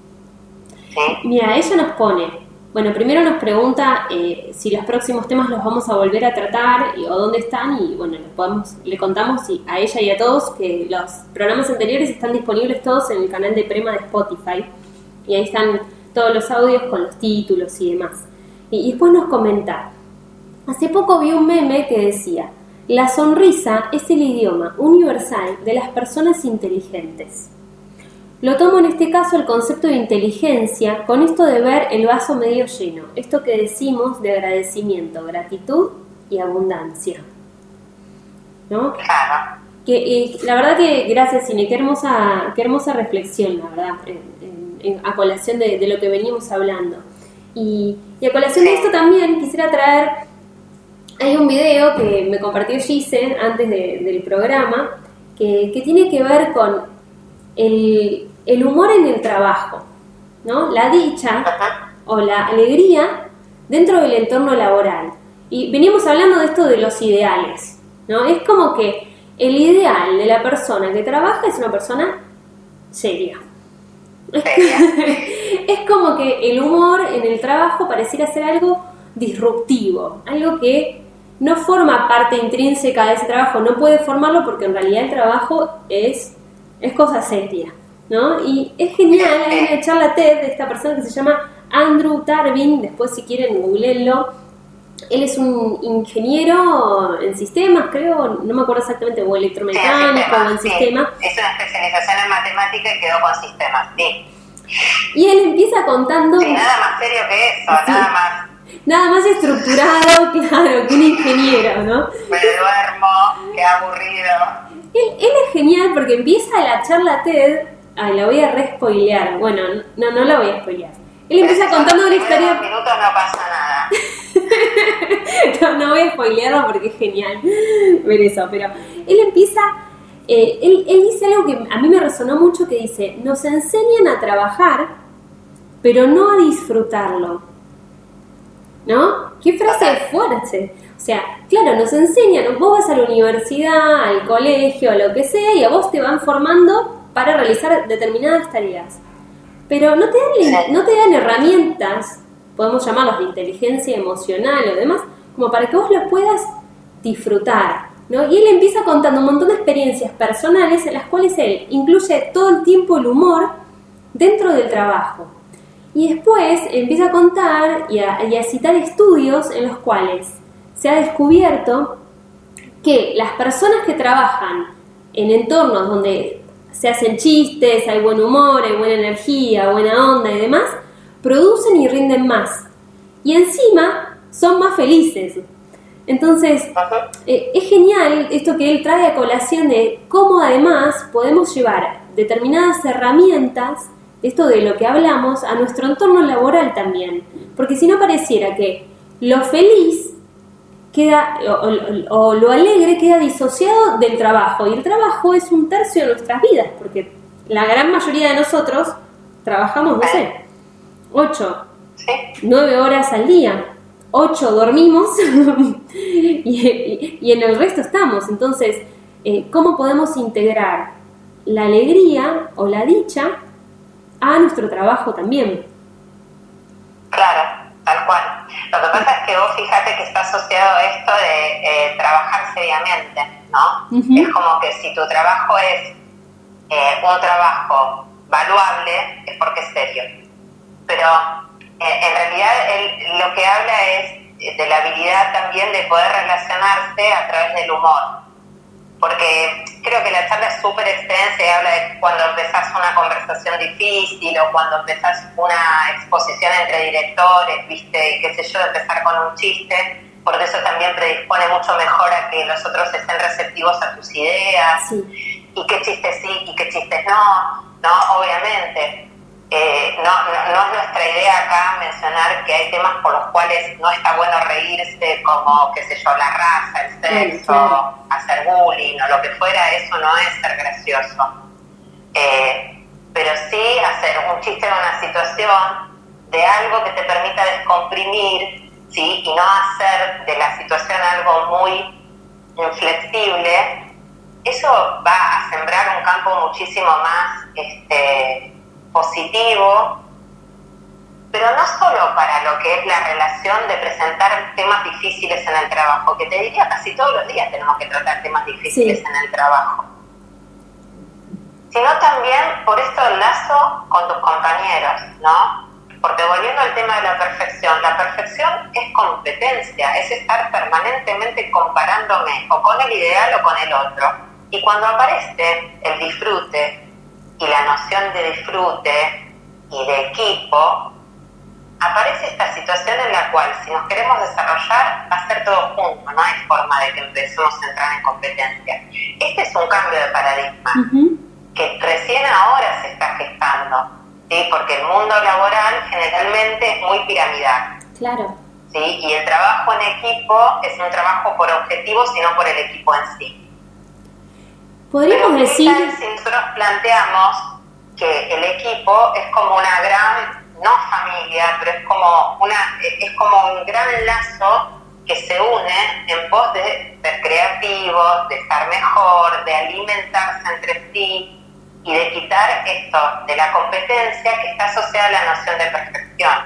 ¿Sí? Mira, ella nos pone, bueno, primero nos pregunta eh, si los próximos temas los vamos a volver a tratar y, o dónde están y bueno, le, podemos, le contamos y, a ella y a todos que los programas anteriores están disponibles todos en el canal de Prema de Spotify y ahí están todos los audios con los títulos y demás. Y, y después nos comenta, hace poco vi un meme que decía, la sonrisa es el idioma universal de las personas inteligentes. Lo tomo en este caso el concepto de inteligencia con esto de ver el vaso medio lleno, esto que decimos de agradecimiento, gratitud y abundancia, ¿no? Claro. Que, eh, la verdad que, gracias Cine, qué hermosa, qué hermosa reflexión, la verdad, en, en, en, a colación de, de lo que veníamos hablando. Y, y a colación de esto también quisiera traer, hay un video que me compartió Gise antes de, del programa, que, que tiene que ver con El, el humor en el trabajo, ¿no? La dicha Ajá. o la alegría dentro del entorno laboral. Y venimos hablando de esto de los ideales, ¿no? Es como que el ideal de la persona que trabaja es una persona seria. Seria. Es como que el humor en el trabajo pareciera ser algo disruptivo, algo que no forma parte intrínseca de ese trabajo, no puede formarlo porque en realidad el trabajo es es cosa seria, ¿no? Y es genial, hay una charla TED de esta persona que se llama Andrew Tarvin, después si quieren googleenlo. Él es un ingeniero en sistemas, creo, no me acuerdo exactamente, o electromecánico o en sí. sistemas. Es una especialización en matemática y quedó con sistemas, sí. Y él empieza contando... Sí, nada más serio que eso, Sí. nada más. Nada más estructurado, claro, que un ingeniero, ¿no? Me duermo, qué aburrido. Él, él es genial porque empieza la charla TED... Ay, la voy a re-spoilear. Bueno, no, no la voy a spoilear. Él empieza contando una historia... En minutos no pasa nada. no, no voy a spoilearlo porque es genial ver eso, pero él empieza... Eh, él, él dice algo que a mí me resonó mucho, que dice, nos enseñan a trabajar, pero no a disfrutarlo. ¿No? ¿Qué frase fuerte? O sea, claro, nos enseñan, vos vas a la universidad, al colegio, a lo que sea, y a vos te van formando para realizar determinadas tareas. Pero no te dan, no te dan herramientas podemos llamarlos de inteligencia emocional o demás, como para que vos los puedas disfrutar, ¿no? Y él empieza contando un montón de experiencias personales en las cuales él incluye todo el tiempo el humor dentro del trabajo. Y después empieza a contar y a, y a citar estudios en los cuales se ha descubierto que las personas que trabajan en entornos donde se hacen chistes, hay buen humor, hay buena energía, buena onda y demás, producen y rinden más. Y encima son más felices. Entonces, eh, es genial esto que él trae a colación de cómo además podemos llevar determinadas herramientas, esto de lo que hablamos, a nuestro entorno laboral también. Porque si no pareciera que lo feliz queda, o, o, o lo alegre queda disociado del trabajo. Y el trabajo es un tercio de nuestras vidas, porque la gran mayoría de nosotros trabajamos, no sé, ocho, nueve horas al día. Ocho dormimos y, y, y en el resto estamos. Entonces, eh, ¿cómo podemos integrar la alegría o la dicha a nuestro trabajo también? Claro, tal cual. Lo que pasa es que vos fíjate que está asociado a esto de eh, trabajar seriamente, ¿no? Uh-huh. Es como que si tu trabajo es eh, un trabajo valuable, es porque es serio. Pero en realidad él lo que habla es de la habilidad también de poder relacionarse a través del humor, porque creo que la charla es súper extensa y habla de cuando empezás una conversación difícil o cuando empezás una exposición entre directores, viste, y qué sé yo, empezar con un chiste, porque eso también predispone mucho mejor a que los otros estén receptivos a tus ideas, sí. Y qué chistes sí y qué chistes no, no, obviamente. Eh, no, no, no es nuestra idea acá mencionar que hay temas por los cuales no está bueno reírse, como, qué sé yo, la raza, el sexo, sí, sí. Hacer bullying o lo que fuera. Eso no es ser gracioso. Eh, pero sí hacer un chiste en una situación de algo que te permita descomprimir, ¿sí? Y no hacer de la situación algo muy inflexible. Eso va a sembrar un campo muchísimo más este positivo, pero no solo para lo que es la relación de presentar temas difíciles en el trabajo, que te diría casi todos los días tenemos que tratar temas difíciles, sí, en el trabajo, sino también por esto el lazo con tus compañeros, ¿no? Porque volviendo al tema de la perfección, la perfección es competencia, es estar permanentemente comparándome o con el ideal o con el otro, y cuando aparece el disfrute y la noción de disfrute y de equipo, aparece esta situación en la cual si nos queremos desarrollar va a ser todo junto, no hay forma de que empecemos a entrar en competencia. Este es un cambio de paradigma, uh-huh, que recién ahora se está gestando, ¿sí? Porque el mundo laboral generalmente es muy piramidal. Claro. ¿Sí? Y el trabajo en equipo es un trabajo por objetivos y no por el equipo en sí. Podríamos Pero decir, si nosotros planteamos que el equipo es como una gran, no familia, pero es como una, es como un gran lazo que se une en pos de ser creativos, de estar mejor, de alimentarse entre sí y de quitar esto de la competencia que está asociada a la noción de perfección.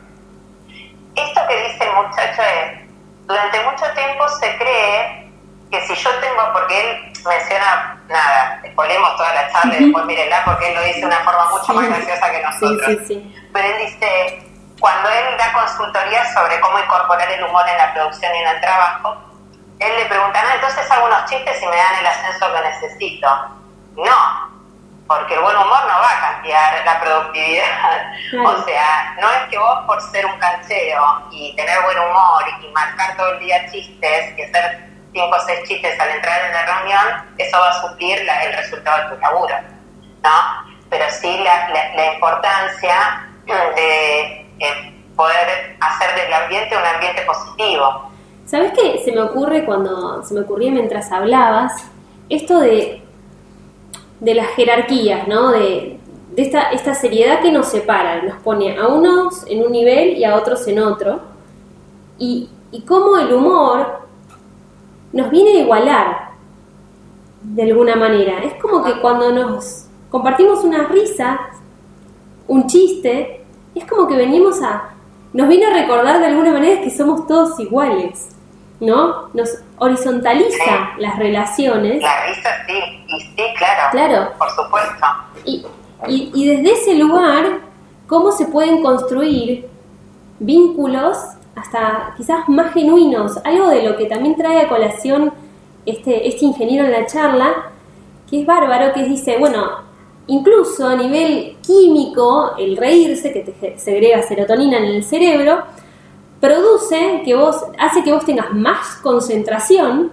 Esto que dice el muchacho es, durante mucho tiempo se cree que si yo tengo, porque él menciona, nada, ponemos toda la charla, uh-huh, y después mírenla porque él lo dice de una forma mucho, sí, más graciosa que nosotros. Sí, sí, sí. Pero él dice, cuando él da consultoría sobre cómo incorporar el humor en la producción y en el trabajo, él le pregunta, no, entonces hago unos chistes y me dan el ascenso que necesito. No, porque el buen humor no va a cambiar la productividad. Claro. O sea, no es que vos por ser un canchero y tener buen humor y marcar todo el día chistes y hacer cinco o seis chistes al entrar en la reunión, eso va a suplir la, el resultado de tu laburo, ¿no? Pero sí la, la, la importancia de eh, poder hacer del ambiente un ambiente positivo. ¿Sabés qué se me ocurre cuando se me ocurría mientras hablabas? Esto de, de las jerarquías, ¿no? De, de esta, esta seriedad que nos separa, nos pone a unos en un nivel y a otros en otro, y, y cómo el humor nos viene a igualar de alguna manera. Es como que cuando nos compartimos unas risas, un chiste, es como que venimos a, nos viene a recordar de alguna manera que somos todos iguales, ¿no? Nos horizontaliza sí. las relaciones. La risa sí, y sí, claro. Claro. Por supuesto. Y, y, y desde ese lugar, ¿cómo se pueden construir vínculos hasta quizás más genuinos? Algo de lo que también trae a colación este, este ingeniero en la charla, que es bárbaro, que dice, bueno, incluso a nivel químico, el reírse, que te segrega serotonina en el cerebro, produce que vos, hace que vos tengas más concentración,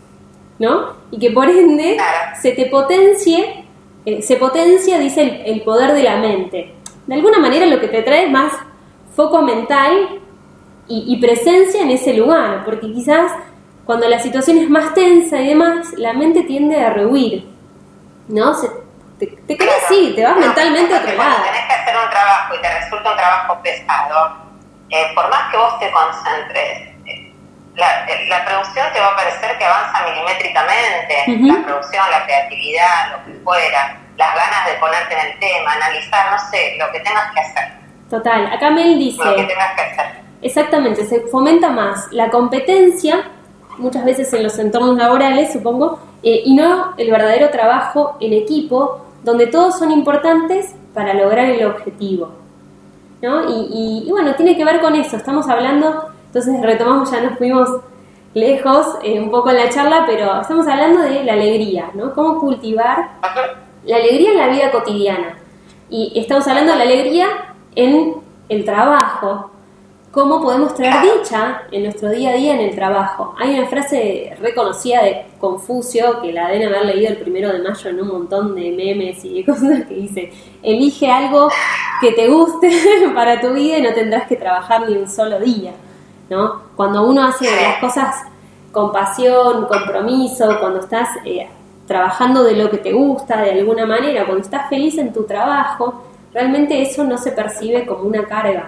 ¿no? Y que por ende se te potencie, eh, se potencia, dice, el, el poder de la mente. De alguna manera lo que te trae es más foco mental y, y presencia en ese lugar, porque quizás cuando la situación es más tensa y demás, la mente tiende a rehuir, ¿no? Se, te, te quedas claro. así, te vas no, mentalmente a otro lado. Cuando tenés que hacer un trabajo y te resulta un trabajo pesado, eh, por más que vos te concentres, eh, la, la producción te va a parecer que avanza milimétricamente, uh-huh. La producción, la creatividad, lo que fuera, las ganas de ponerte en el tema, analizar, no sé, lo que tengas que hacer. Total, acá Mel dice... Lo que tengas que hacer. Exactamente, se fomenta más la competencia, muchas veces en los entornos laborales, supongo, eh, y no el verdadero trabajo en equipo, donde todos son importantes para lograr el objetivo, ¿no? Y, y, y bueno, tiene que ver con eso, estamos hablando, entonces retomamos, ya nos fuimos lejos eh, un poco en la charla, pero estamos hablando de la alegría, ¿no? Cómo cultivar la alegría en la vida cotidiana. Y estamos hablando de la alegría en el trabajo, cómo podemos traer dicha en nuestro día a día en el trabajo. Hay una frase reconocida de Confucio, que la deben haber leído el primero de mayo en un montón de memes y de cosas, que dice: elige algo que te guste para tu vida y no tendrás que trabajar ni un solo día, ¿no? Cuando uno hace las cosas con pasión, compromiso, cuando estás eh, trabajando de lo que te gusta de alguna manera, cuando estás feliz en tu trabajo, realmente eso no se percibe como una carga,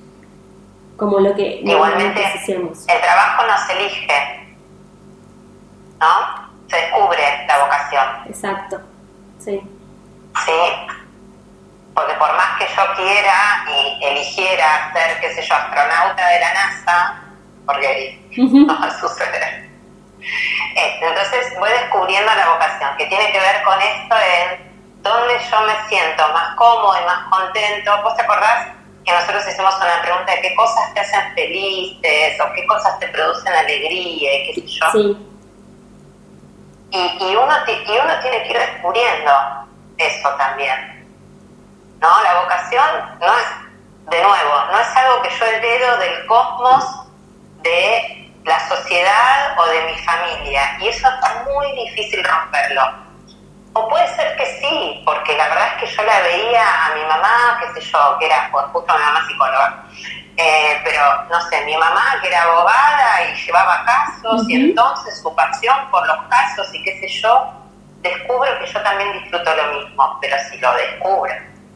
como lo que igualmente hacemos. El trabajo no se elige, ¿no? Se descubre la vocación. Exacto, sí. Sí, porque por más que yo quiera y eligiera ser, qué sé yo, astronauta de la NASA, porque uh-huh. no va a suceder. Entonces voy descubriendo la vocación, que tiene que ver con esto en dónde yo me siento más cómodo y más contento. ¿Vos te acordás que nosotros hicimos una pregunta de qué cosas te hacen felices o qué cosas te producen alegría y qué sé yo? Sí. Y, y, uno, y uno tiene que ir descubriendo eso también, ¿no? La vocación no es, de nuevo, no es algo que yo heredo del cosmos, de la sociedad o de mi familia, y eso es muy difícil romperlo. O puede ser que sí, porque la verdad es que yo la veía a mi mamá, qué sé yo, que era pues, justo mi mamá psicóloga, eh, pero no sé, mi mamá que era abogada y llevaba casos, uh-huh. y entonces su pasión por los casos y qué sé yo, descubro que yo también disfruto lo mismo, pero si lo descubro,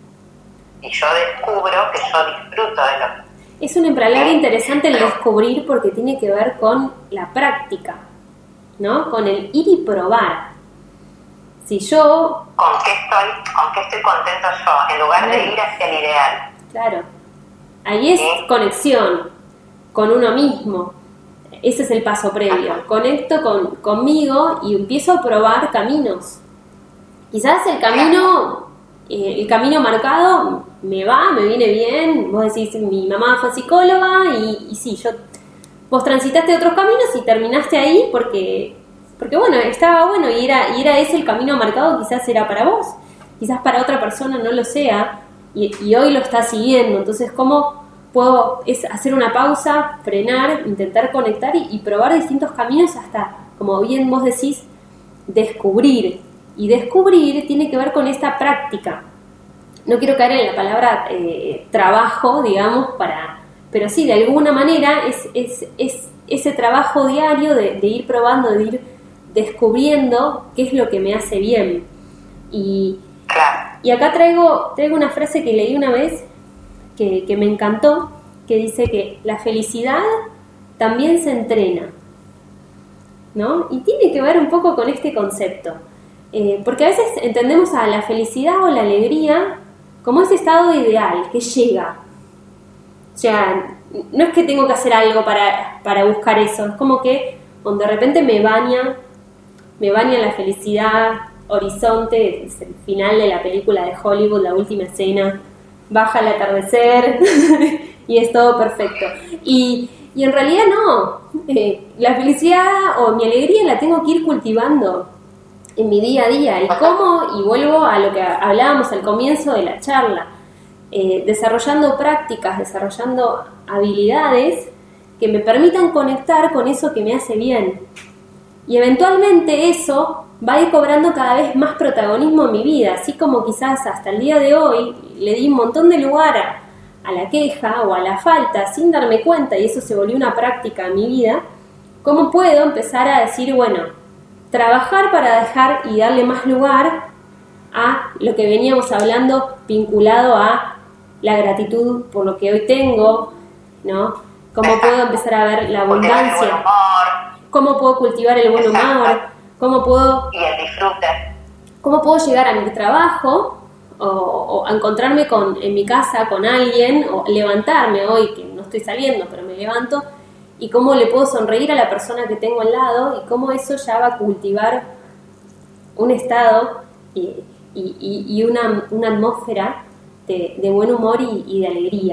y yo descubro que yo disfruto de lo mismo. Es un empralado ¿Sí? interesante el descubrir, porque tiene que ver con la práctica, ¿no? Con el ir y probar. Si yo... ¿Con qué estoy, con qué estoy contento yo? En lugar claro. de ir hacia el ideal. Claro. Ahí es ¿Sí? conexión con uno mismo. Ese es el paso previo. Ajá. Conecto con, conmigo y empiezo a probar caminos. Quizás el camino, eh, el camino marcado me va, me viene bien. Vos decís, mi mamá fue psicóloga y, y sí, yo, vos transitaste otros caminos y terminaste ahí porque... Porque bueno, estaba bueno y era, y era ese el camino marcado, quizás era para vos, quizás para otra persona no lo sea, y, y hoy lo está siguiendo. Entonces, ¿cómo puedo es hacer una pausa, frenar, intentar conectar y, y probar distintos caminos hasta, como bien vos decís, descubrir? Y descubrir tiene que ver con esta práctica. No quiero caer en la palabra eh, trabajo, digamos, para pero sí, de alguna manera es, es, es ese trabajo diario de, de ir probando, de ir descubriendo qué es lo que me hace bien. Y, y acá traigo, traigo una frase que leí una vez que, que me encantó, que dice que la felicidad también se entrena, ¿no? Y tiene que ver un poco con este concepto, eh, porque a veces entendemos a la felicidad o la alegría como ese estado ideal que llega, sea, no es que tengo que hacer algo para, para buscar eso, es como que cuando de repente me baña, me baña la felicidad, Horizonte, es el final de la película de Hollywood, la última escena, baja el atardecer y es todo perfecto. Y, y en realidad no, eh, la felicidad o mi alegría la tengo que ir cultivando en mi día a día. ¿Y cómo? Y vuelvo a lo que hablábamos al comienzo de la charla, eh, desarrollando prácticas, desarrollando habilidades que me permitan conectar con eso que me hace bien. Y eventualmente eso va a ir cobrando cada vez más protagonismo en mi vida, así como quizás hasta el día de hoy le di un montón de lugar a, a la queja o a la falta sin darme cuenta, y eso se volvió una práctica en mi vida. ¿Cómo puedo empezar a decir, bueno, trabajar para dejar y darle más lugar a lo que veníamos hablando vinculado a la gratitud por lo que hoy tengo, ¿no? ¿Cómo puedo empezar a ver la abundancia? ¿Cómo puedo cultivar el buen humor? ¿Cómo puedo, y el disfrute. ¿Cómo puedo llegar a mi trabajo o, o a encontrarme con, en mi casa con alguien, o levantarme hoy, que no estoy saliendo, pero me levanto, y cómo le puedo sonreír a la persona que tengo al lado, y cómo eso ya va a cultivar un estado y, y, y una, una atmósfera de, de buen humor y, y de alegría?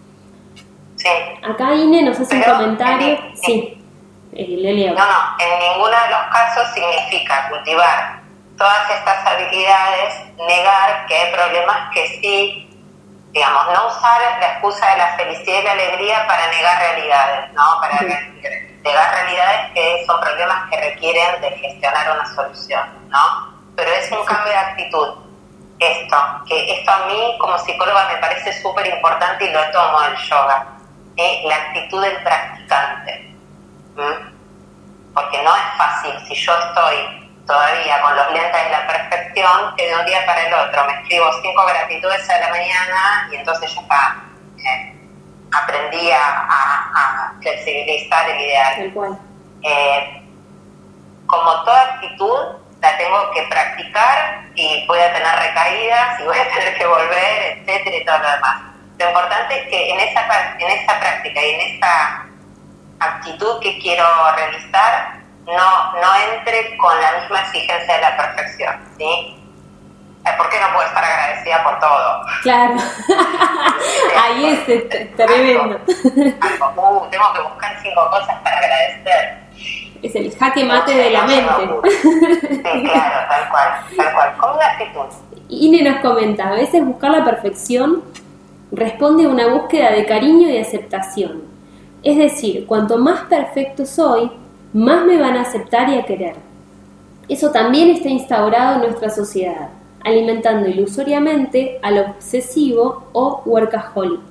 Sí. Acá Ine nos hace pero un comentario. En, sí. Eh, le leo. No, no, en ninguno de los casos significa cultivar todas estas habilidades, negar que hay problemas que sí, digamos, no usar la excusa de la felicidad y la alegría para negar realidades, ¿no? Para sí. negar realidades que son problemas que requieren de gestionar una solución, ¿no? Pero es un sí. cambio de actitud. Esto, que esto a mí como psicóloga me parece súper importante y lo tomo del yoga, ¿eh? La actitud del practicante. ¿Mm? Porque no es fácil, si yo estoy todavía con los lentes de la perfección, que de un día para el otro me escribo cinco gratitudes a la mañana y entonces ya está, eh, aprendí a, a, a flexibilizar el ideal. Eh, como toda actitud la tengo que practicar y voy a tener recaídas y voy a tener que volver, etcétera, y todo lo demás. Lo importante es que en esa, en esa práctica y en esta actitud que quiero realizar no, no entre con la misma exigencia de la perfección, ¿sí? ¿Por qué no puedo estar agradecida por todo? Claro, ahí es es tremendo. Algo, algo, uh, tengo que buscar cinco cosas para agradecer. Es el jaque mate de la mente. Sí, claro, tal cual, tal cual, con una actitud. Ine nos comenta, a veces buscar la perfección responde a una búsqueda de cariño y aceptación. Es decir, cuanto más perfecto soy, más me van a aceptar y a querer. Eso también está instaurado en nuestra sociedad, alimentando ilusoriamente al obsesivo o workaholic.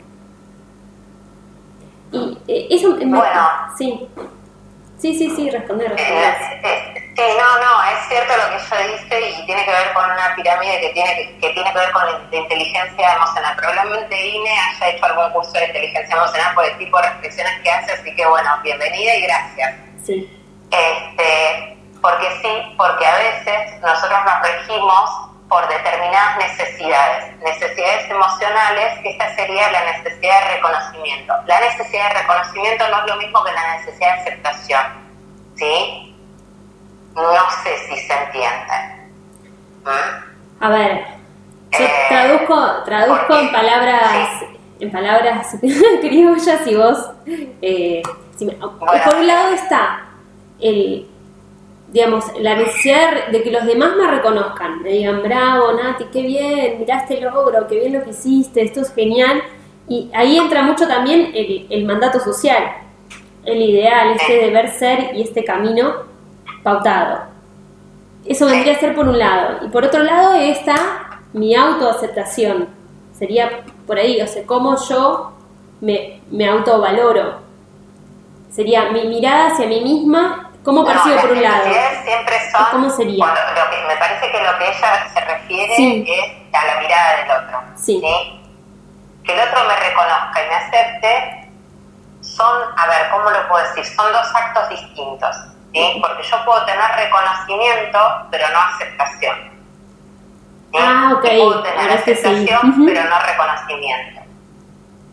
Y eh, eso... Bueno. Me, sí. Sí, sí, sí, responder. responder. Eh, eh, sí, no, no, es cierto lo que ella dice y tiene que ver con una pirámide que tiene que, que tiene que ver con la inteligencia emocional. Probablemente Ine haya hecho algún curso de inteligencia emocional por el tipo de reflexiones que hace, así que bueno, bienvenida y gracias. Sí. Este, porque sí, porque a veces nosotros nos regimos por determinadas necesidades, necesidades emocionales, que esta sería la necesidad de reconocimiento. La necesidad de reconocimiento no es lo mismo que la necesidad de aceptación, ¿sí? No sé si se entiende. ¿Mm? A ver, yo eh, traduzco, traduzco porque, en palabras, sí. en palabras criollas y vos, eh, si me, bueno, por un lado está el... digamos, la necesidad de que los demás me reconozcan, me digan, bravo, Nati, qué bien, mirá este logro, qué bien lo que hiciste, esto es genial. Y ahí entra mucho también el, el mandato social, el ideal, este deber ser y este camino pautado. Eso vendría a ser por un lado. Y por otro lado está mi autoaceptación. Sería por ahí, o sea, cómo yo me, me autovaloro. Sería mi mirada hacia mí misma. ¿Cómo percibo no, por un lado? Siempre son, ¿Cómo sería? Lo, lo que, me parece que lo que ella se refiere sí. es a la mirada del otro. Sí. ¿sí? Que el otro me reconozca y me acepte son, a ver, ¿cómo lo puedo decir? Son dos actos distintos. ¿sí? Porque yo puedo tener reconocimiento, pero no aceptación. ¿sí? Ah, ok. Puedo tener Ahora aceptación, sí. uh-huh. pero no reconocimiento.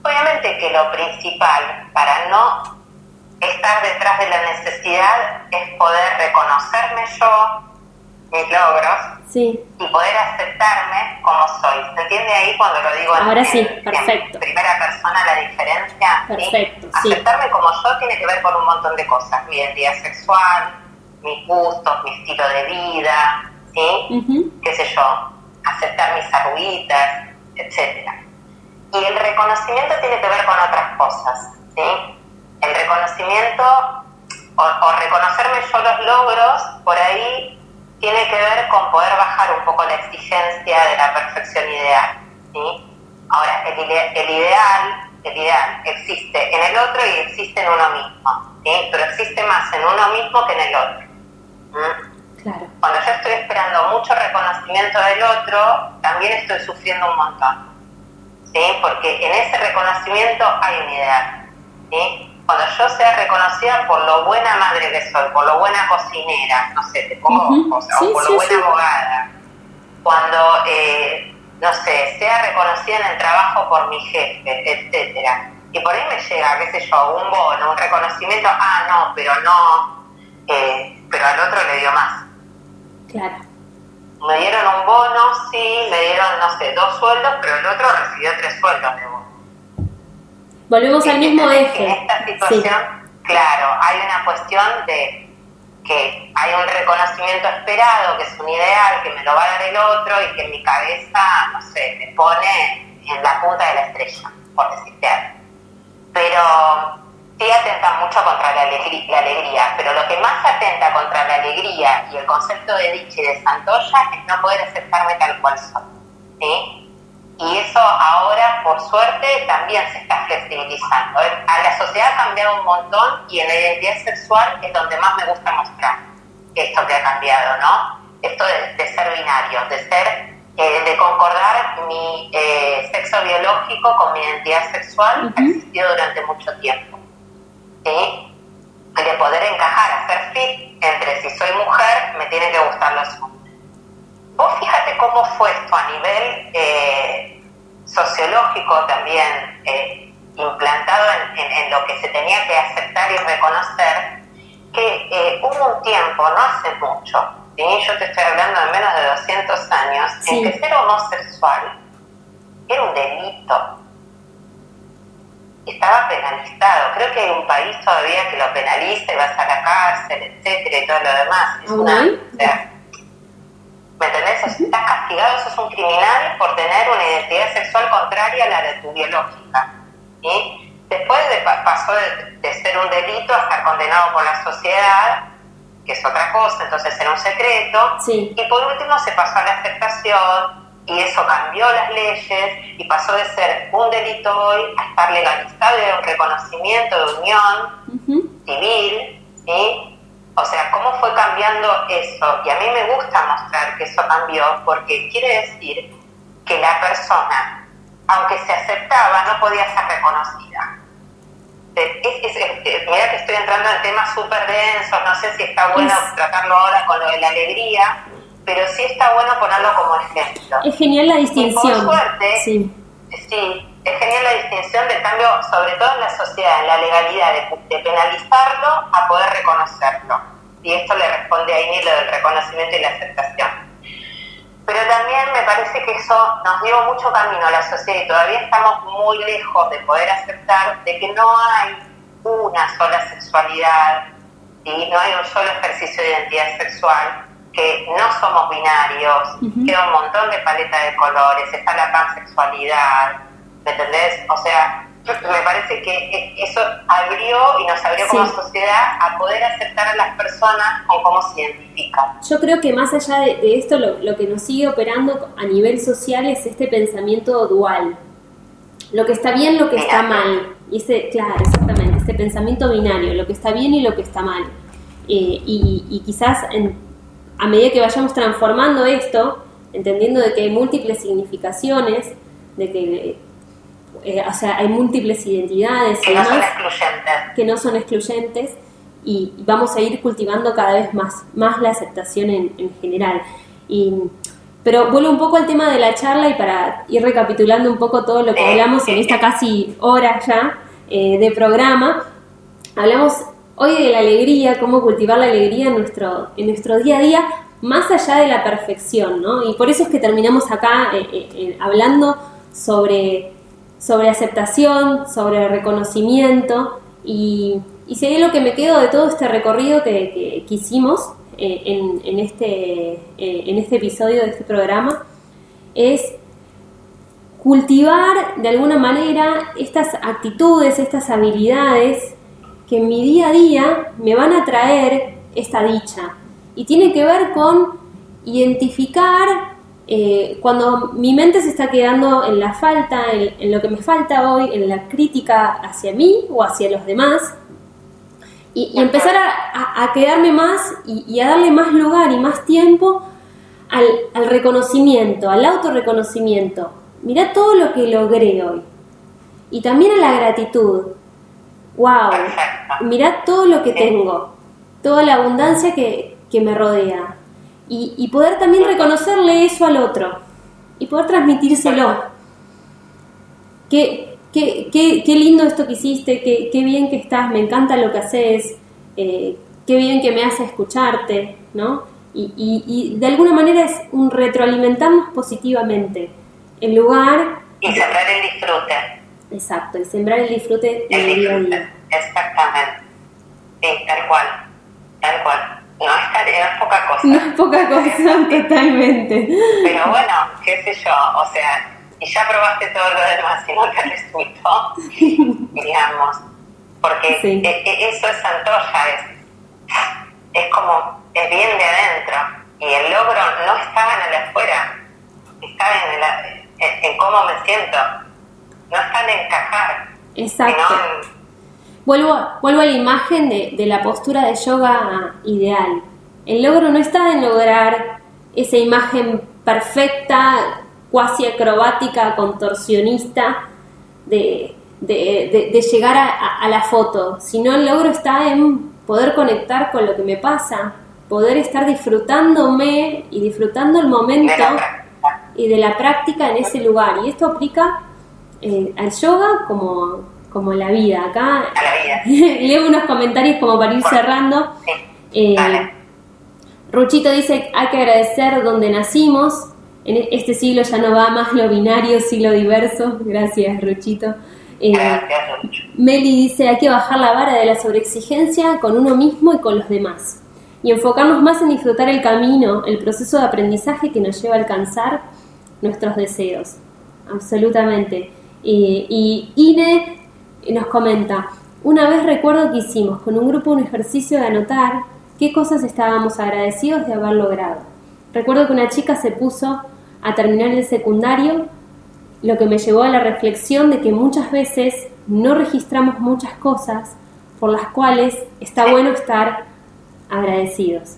Obviamente que lo principal para no estar detrás de la necesidad es poder reconocerme yo, mis logros, sí, y poder aceptarme como soy. ¿Se entiende ahí cuando lo digo Ahora en, sí, en, perfecto. en primera persona la diferencia? Perfecto, ¿sí? sí. Aceptarme como yo tiene que ver con un montón de cosas. Mi identidad sexual, mis gustos, mi estilo de vida, ¿sí? Uh-huh. qué sé yo, aceptar mis arruguitas, etcétera. Y el reconocimiento tiene que ver con otras cosas, ¿sí? El reconocimiento o, o reconocerme yo los logros, por ahí tiene que ver con poder bajar un poco la exigencia de la perfección ideal, ¿sí? Ahora, el, ide- el ideal, el ideal existe en el otro y existe en uno mismo, ¿sí? Pero existe más en uno mismo que en el otro. ¿Mm? Claro. Cuando yo estoy esperando mucho reconocimiento del otro, también estoy sufriendo un montón, ¿sí? Porque en ese reconocimiento hay un ideal, ¿sí? Cuando yo sea reconocida por lo buena madre que soy, por lo buena cocinera, no sé, te pongo Uh-huh. cosas, Sí, o por sí, lo buena sí. abogada, cuando, eh, no sé, sea reconocida en el trabajo por mi jefe, etcétera. Y por ahí me llega, qué sé yo, un bono, un reconocimiento, ah, no, pero no, eh, pero al otro le dio más. Claro. Me dieron un bono, sí, me dieron, no sé, dos sueldos, pero el otro recibió tres sueldos de bono. Volvemos al mismo eje. En esta situación, sí. Claro, hay una cuestión de que hay un reconocimiento esperado, que es un ideal, que me lo va a dar el otro y que en mi cabeza, no sé, me pone en la punta de la estrella, por decirte algo. Pero sí atenta mucho contra la alegría, la alegría, pero lo que más atenta contra la alegría y el concepto de dicha y de Santoya es no poder aceptarme tal cual soy, ¿sí? Y eso ahora, por suerte, también se está flexibilizando. A la sociedad ha cambiado un montón y en la identidad sexual es donde más me gusta mostrar esto que ha cambiado, ¿no? Esto de, de ser binario, de ser, eh, de concordar mi eh, sexo biológico con mi identidad sexual, uh-huh. ha existido durante mucho tiempo, ¿sí? Y de poder encajar, hacer fit entre si soy mujer, me tienen que gustar los hombres. Vos fíjate cómo fue esto a nivel eh, sociológico también, eh, implantado en, en, en lo que se tenía que aceptar y reconocer, que eh, hubo un tiempo, no hace mucho, ¿sí? Yo te estoy hablando de menos de doscientos años, sí. en que ser homosexual era un delito. Estaba penalizado. Creo que hay un país todavía que lo penaliza y vas a la cárcel, etcétera, y todo lo demás. Es una... O sea, ¿me entendés? O sea, estás castigado, sos un criminal por tener una identidad sexual contraria a la de tu biológica, ¿sí? Después de, pasó de, de ser un delito a estar condenado por la sociedad, que es otra cosa, entonces era un secreto, sí. Y por último se pasó a la aceptación, y eso cambió las leyes, y pasó de ser un delito hoy a estar legalizado y un reconocimiento de unión uh-huh. civil, ¿sí? O sea, ¿cómo fue cambiando eso? Y a mí me gusta mostrar que eso cambió porque quiere decir que la persona, aunque se aceptaba, no podía ser reconocida. Es, es, es, mira que estoy entrando en temas súper densos, no sé si está bueno es, tratarlo ahora con lo de la alegría, pero sí está bueno ponerlo como ejemplo. Es genial la distinción. Y por suerte, sí, sí es genial la distinción del cambio, sobre todo en la sociedad, en la legalidad, de, de penalizarlo a poder reconocerlo. Y esto le responde a Ini lo del reconocimiento y la aceptación. Pero también me parece que eso nos dio mucho camino a la sociedad y todavía estamos muy lejos de poder aceptar de que no hay una sola sexualidad, ¿sí? No hay un solo ejercicio de identidad sexual, que no somos binarios, uh-huh. Queda un montón de paleta de colores, está la pansexualidad, ¿me entendés? O sea, me parece que eso abrió y nos abrió sí. como sociedad a poder aceptar a las personas con cómo se identifican. Yo creo que más allá de, de esto, lo, lo que nos sigue operando a nivel social es este pensamiento dual. Lo que está bien, lo que binario. Está mal. Y ese, claro, exactamente, este pensamiento binario, lo que está bien y lo que está mal. Eh, y, y quizás en, a medida que vayamos transformando esto, entendiendo de que hay múltiples significaciones, de que... Eh, o sea, hay múltiples identidades que, y no demás, son excluyentes. que no son excluyentes y vamos a ir cultivando cada vez más, más la aceptación en, en general. Y, pero vuelvo un poco al tema de la charla y para ir recapitulando un poco todo lo que hablamos en esta casi hora ya eh, de programa. Hablamos hoy de la alegría, cómo cultivar la alegría en nuestro, en nuestro día a día, más allá de la perfección, ¿no? Y por eso es que terminamos acá eh, eh, hablando sobre, sobre aceptación, sobre reconocimiento, y, y sería lo que me quedo de todo este recorrido que, que, que hicimos eh, en, en, este, eh, en este episodio de este programa, es cultivar de alguna manera estas actitudes, estas habilidades que en mi día a día me van a traer esta dicha. Y tiene que ver con identificar eh, cuando mi mente se está quedando en la falta, en, en lo que me falta hoy, en la crítica hacia mí o hacia los demás, y, y empezar a, a, a quedarme más y, y a darle más lugar y más tiempo al, al reconocimiento, al autorreconocimiento. Mirá todo lo que logré hoy. Y también a la gratitud. ¡Wow! Mirá todo lo que tengo, toda la abundancia que, que me rodea. Y, y poder también reconocerle eso al otro y poder transmitírselo. Qué, qué, qué, qué lindo esto que hiciste, qué, qué bien que estás, me encanta lo que haces, eh, qué bien que me hace escucharte, ¿no? Y, y, y de alguna manera es un retroalimentarnos positivamente, en lugar... Y sembrar el disfrute. Exacto, y sembrar el disfrute en el día a día. Exactamente. Sí, tal cual, tal cual. No es, tarea, no es poca cosa. No es poca cosa, totalmente. Pero bueno, qué sé yo, o sea, y ya probaste todo lo demás y no te resultó, digamos, porque sí. e- e- eso es antorcha, es, es como, es bien de adentro, y el logro no está en el afuera, está en, el, en, en cómo me siento, no está en encajar. Exacto. Sino en, Vuelvo, vuelvo a la imagen de, de la postura de yoga ideal. El logro no está en lograr esa imagen perfecta, cuasi acrobática, contorsionista, de, de, de, de llegar a, a la foto, sino el logro está en poder conectar con lo que me pasa, poder estar disfrutándome y disfrutando el momento y de la práctica en ese lugar. Y esto aplica eh, al yoga como... como la vida. Acá la vida. Leo unos comentarios como para ir cerrando. Sí. Eh, vale. Ruchito dice, hay que agradecer donde nacimos. En este siglo ya no va más lo binario, siglo diverso. Gracias, Ruchito. Eh, Gracias, Rucho. Meli dice, hay que bajar la vara de la sobreexigencia con uno mismo y con los demás. Y enfocarnos más en disfrutar el camino, el proceso de aprendizaje que nos lleva a alcanzar nuestros deseos. Absolutamente. Eh, y Ine nos comenta, una vez recuerdo que hicimos con un grupo un ejercicio de anotar qué cosas estábamos agradecidos de haber logrado. Recuerdo que una chica se puso a terminar el secundario, lo que me llevó a la reflexión de que muchas veces no registramos muchas cosas por las cuales está bueno estar agradecidos.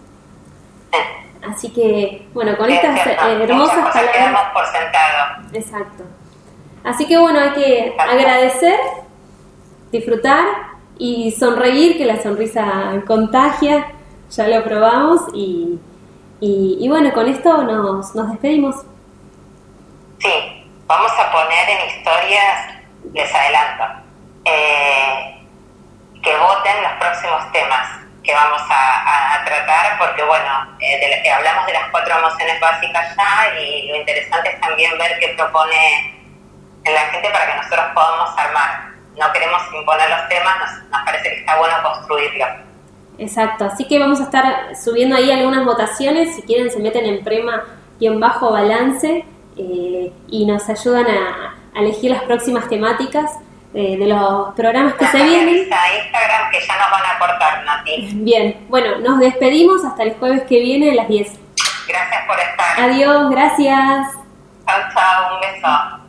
Así que, bueno, con estas eh, hermosas muchas cosas que damos por sentado. Exacto. Así que bueno, hay que agradecer, disfrutar y sonreír, que la sonrisa contagia, ya lo probamos y, y, y bueno, con esto nos, nos despedimos. Sí, vamos a poner en historias, les adelanto, eh, que voten los próximos temas que vamos a, a tratar, porque bueno, eh, de, eh, hablamos de las cuatro emociones básicas ya, y lo interesante es también ver qué propone en la gente para que nosotros podamos armar. No queremos imponer los temas, nos, nos parece que está bueno construirlo. Exacto, así que vamos a estar subiendo ahí algunas votaciones, si quieren se meten en Prema y en Bajo Balance eh, y nos ayudan a, a elegir las próximas temáticas eh, de los programas que nos se vienen. A Instagram que ya nos van a aportar, Nati. Bien, bueno, nos despedimos hasta el jueves que viene a las diez. Gracias por estar. Adiós, gracias. Chao, chao, un beso.